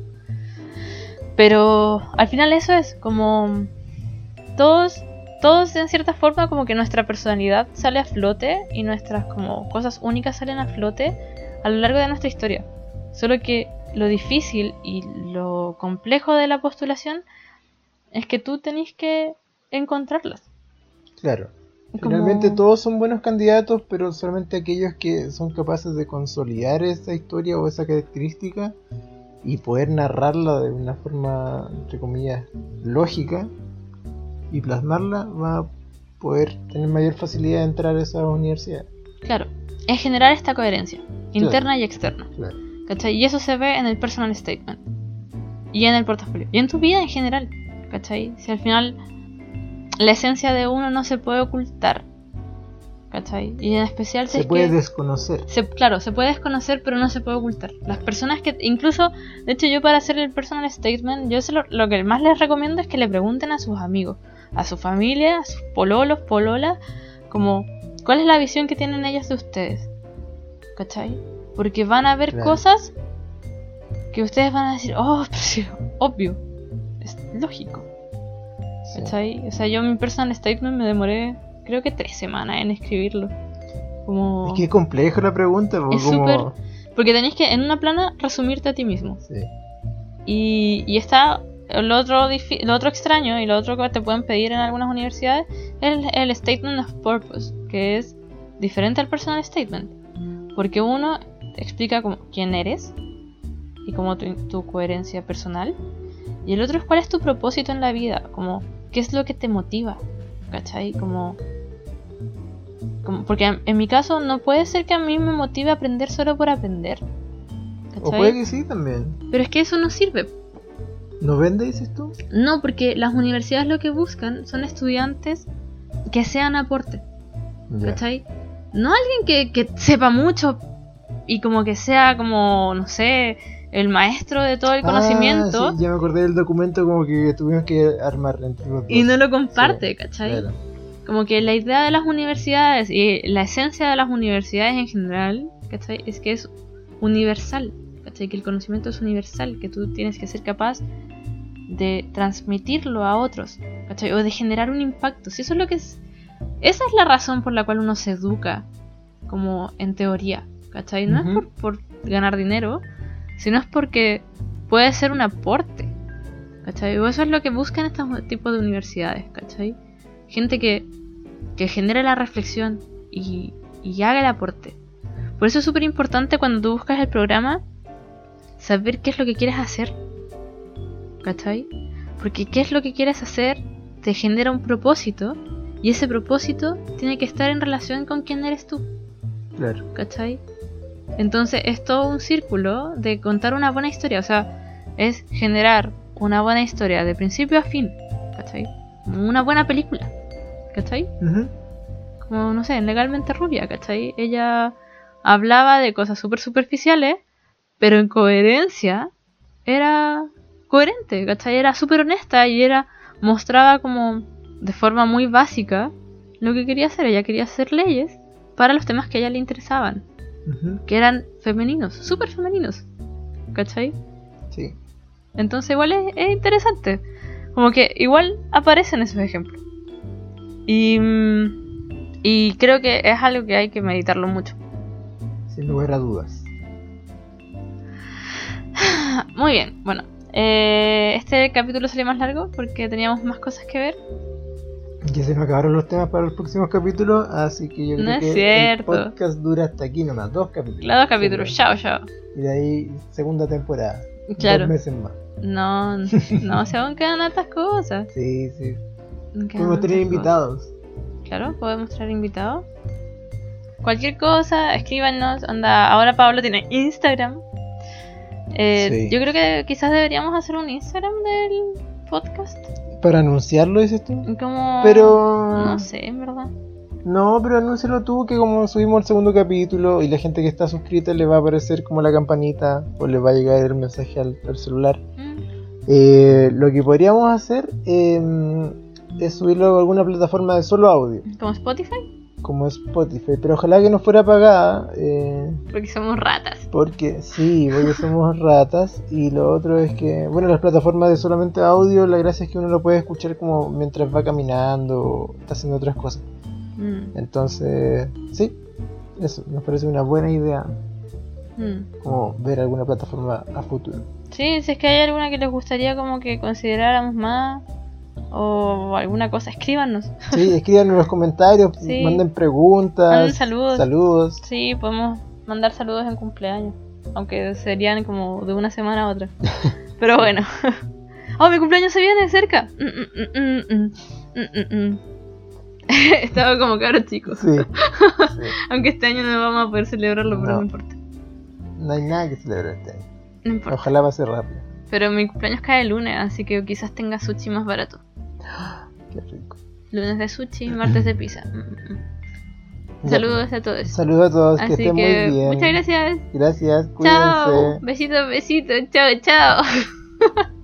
Speaker 1: Pero al final eso es como todos todos en cierta forma como que nuestra personalidad sale a flote y nuestras como cosas únicas salen a flote a lo largo de nuestra historia. Solo que lo difícil y lo complejo de la postulación es que tú tenés que encontrarlas.
Speaker 2: Claro.
Speaker 1: Como-
Speaker 2: Finalmente todos son buenos candidatos, pero solamente aquellos que son capaces de consolidar esa historia o esa característica y poder narrarla de una forma, entre comillas, lógica y plasmarla, va a poder tener mayor facilidad de entrar a esa universidad.
Speaker 1: Claro, es generar esta coherencia interna y externa.
Speaker 2: Claro.
Speaker 1: ¿Cachai? Y eso se ve en el personal statement y en el portafolio y en tu vida en general, ¿cachai? Si al final la esencia de uno no se puede ocultar, ¿cachai? Y en especial si
Speaker 2: Se
Speaker 1: es
Speaker 2: puede
Speaker 1: que
Speaker 2: desconocer.
Speaker 1: se, claro, se puede desconocer pero no se puede ocultar. Las personas que, incluso, de hecho yo para hacer el personal statement, yo se lo, lo que más les recomiendo es que le pregunten a sus amigos, a su familia, a sus pololos, pololas, como cuál es la visión que tienen ellos de ustedes, ¿cachai? Porque van a ver
Speaker 2: Claro.
Speaker 1: cosas que ustedes van a decir, oh, pero sí, obvio, es lógico,
Speaker 2: Sí.
Speaker 1: ¿cachai? O sea, yo mi personal statement me demoré creo que tres semanas en escribirlo. Como...
Speaker 2: Es que es complejo la pregunta, porque
Speaker 1: Es
Speaker 2: como...
Speaker 1: súper- Porque tenéis que en una plana resumirte a ti mismo.
Speaker 2: Sí.
Speaker 1: Y, y está lo otro, difi- lo otro extraño y lo otro que te pueden pedir en algunas universidades es el, el statement of purpose, que es diferente al personal statement. Porque uno explica como quién eres y como tu, tu coherencia personal. Y el otro es cuál es tu propósito en la vida, como qué es lo que te motiva, ¿cachai? Como, como porque en, en mi caso no puede ser que a mí me motive a aprender solo por aprender,
Speaker 2: O
Speaker 1: ¿cachai?
Speaker 2: puede que sí también.
Speaker 1: Pero es que eso no sirve.
Speaker 2: ¿No vende, dices tú?
Speaker 1: No, porque las universidades lo que buscan son estudiantes que sean aporte,
Speaker 2: Ya.
Speaker 1: ¿cachai? No alguien que, que sepa mucho y como que sea como, no sé, el maestro de todo el conocimiento
Speaker 2: Ah, sí, ya me acordé del documento como que tuvimos que armar entre los dos.
Speaker 1: y no lo comparte,
Speaker 2: Sí,
Speaker 1: ¿cachai?
Speaker 2: claro.
Speaker 1: como que la idea de las universidades y la esencia de las universidades en general, ¿cachai? Es que es universal, ¿cachai? Que el conocimiento es universal, que tú tienes que ser capaz de transmitirlo a otros, ¿cachai? O de generar un impacto. Si eso es lo que es, esa es la razón por la cual uno se educa, como en teoría, ¿cachai? No uh-huh. es por, por ganar dinero, sino es porque puede ser un aporte, ¿cachai? O eso es lo que buscan estos tipos de universidades, ¿cachai? Gente que, que genere la reflexión y, y haga el aporte. Por eso es súper importante cuando tú buscas el programa saber qué es lo que quieres hacer, ¿cachai? Porque qué es lo que quieres hacer te genera un propósito y ese propósito tiene que estar en relación con quién eres tú.
Speaker 2: Claro.
Speaker 1: ¿Cachai? Entonces es todo un círculo de contar una buena historia, o sea, es generar una buena historia de principio a fin, ¿cachai? Una buena película, ¿cachai?
Speaker 2: Uh-huh.
Speaker 1: Como, no sé, Legalmente Rubia, ¿cachai? Ella hablaba de cosas súper superficiales, pero en coherencia era coherente, ¿cachai? Era súper honesta y era mostraba como de forma muy básica lo que quería hacer. Ella quería hacer leyes para los temas que a ella le interesaban,
Speaker 2: uh-huh.
Speaker 1: que eran femeninos, súper femeninos, ¿cachai?
Speaker 2: Sí.
Speaker 1: Entonces igual es, es interesante, como que igual aparecen esos ejemplos y, y creo que es algo que hay que meditarlo mucho.
Speaker 2: Sin lugar a dudas.
Speaker 1: Muy bien, bueno, eh, este capítulo salió más largo porque teníamos más cosas que ver.
Speaker 2: Ya se nos acabaron los temas para los próximos capítulos, así que yo creo
Speaker 1: no es
Speaker 2: que
Speaker 1: cierto.
Speaker 2: el podcast dura hasta aquí nomás, dos capítulos.
Speaker 1: Claro, dos capítulos, chao, chao.
Speaker 2: Y de ahí segunda temporada,
Speaker 1: claro.
Speaker 2: dos meses más.
Speaker 1: No, no, se aún quedan hartas cosas.
Speaker 2: Sí, sí.
Speaker 1: Quedan
Speaker 2: podemos tener invitados.
Speaker 1: Cosas. Claro, podemos traer invitados. Cualquier cosa, escríbanos. Anda, ahora Pablo tiene Instagram. Eh,
Speaker 2: sí.
Speaker 1: Yo creo que quizás deberíamos hacer un Instagram del podcast.
Speaker 2: ¿Para anunciarlo, dices tú?
Speaker 1: Como...
Speaker 2: Pero...
Speaker 1: No sé, en verdad.
Speaker 2: No, pero anúncialo tú, que como subimos el segundo capítulo y la gente que está suscrita le va a aparecer como la campanita o le va a llegar el mensaje al, al celular.
Speaker 1: Mm.
Speaker 2: Eh, lo que podríamos hacer eh, es subirlo a alguna plataforma de solo audio.
Speaker 1: ¿Como Spotify?
Speaker 2: Como Spotify, pero ojalá que no fuera pagada. Eh,
Speaker 1: porque somos ratas.
Speaker 2: Porque sí, porque somos ratas. Y lo otro es que, bueno, las plataformas de solamente audio, la gracia es que uno lo puede escuchar como mientras va caminando o está haciendo otras cosas.
Speaker 1: Mm.
Speaker 2: Entonces, sí, eso nos parece una buena idea.
Speaker 1: Mm.
Speaker 2: Como ver alguna plataforma a futuro.
Speaker 1: Sí, si es que hay alguna que les gustaría como que consideráramos más o alguna cosa, escríbanos.
Speaker 2: Sí, escriban en los comentarios,
Speaker 1: sí.
Speaker 2: Manden preguntas,
Speaker 1: manden saludos.
Speaker 2: saludos.
Speaker 1: Sí, podemos mandar saludos en cumpleaños, aunque serían como de una semana a otra. Pero bueno. Oh, mi cumpleaños se viene cerca. Mm, mm, mm, mm, mm, mm. Estaba como caro, chicos.
Speaker 2: Sí, sí.
Speaker 1: Aunque este año no vamos a poder celebrarlo, no. Pero no importa.
Speaker 2: No hay nada que celebrar este año.
Speaker 1: No importa.
Speaker 2: Ojalá pase rápido.
Speaker 1: Pero mi cumpleaños cae el lunes, así que quizás tenga sushi más barato.
Speaker 2: Qué rico.
Speaker 1: Lunes de sushi, martes de pizza. Saludos a todos.
Speaker 2: Saludos a todos,
Speaker 1: así
Speaker 2: que estén
Speaker 1: que
Speaker 2: muy bien.
Speaker 1: Muchas gracias.
Speaker 2: Gracias, cuídense.
Speaker 1: Chao. Besitos, besitos. Chao, chao.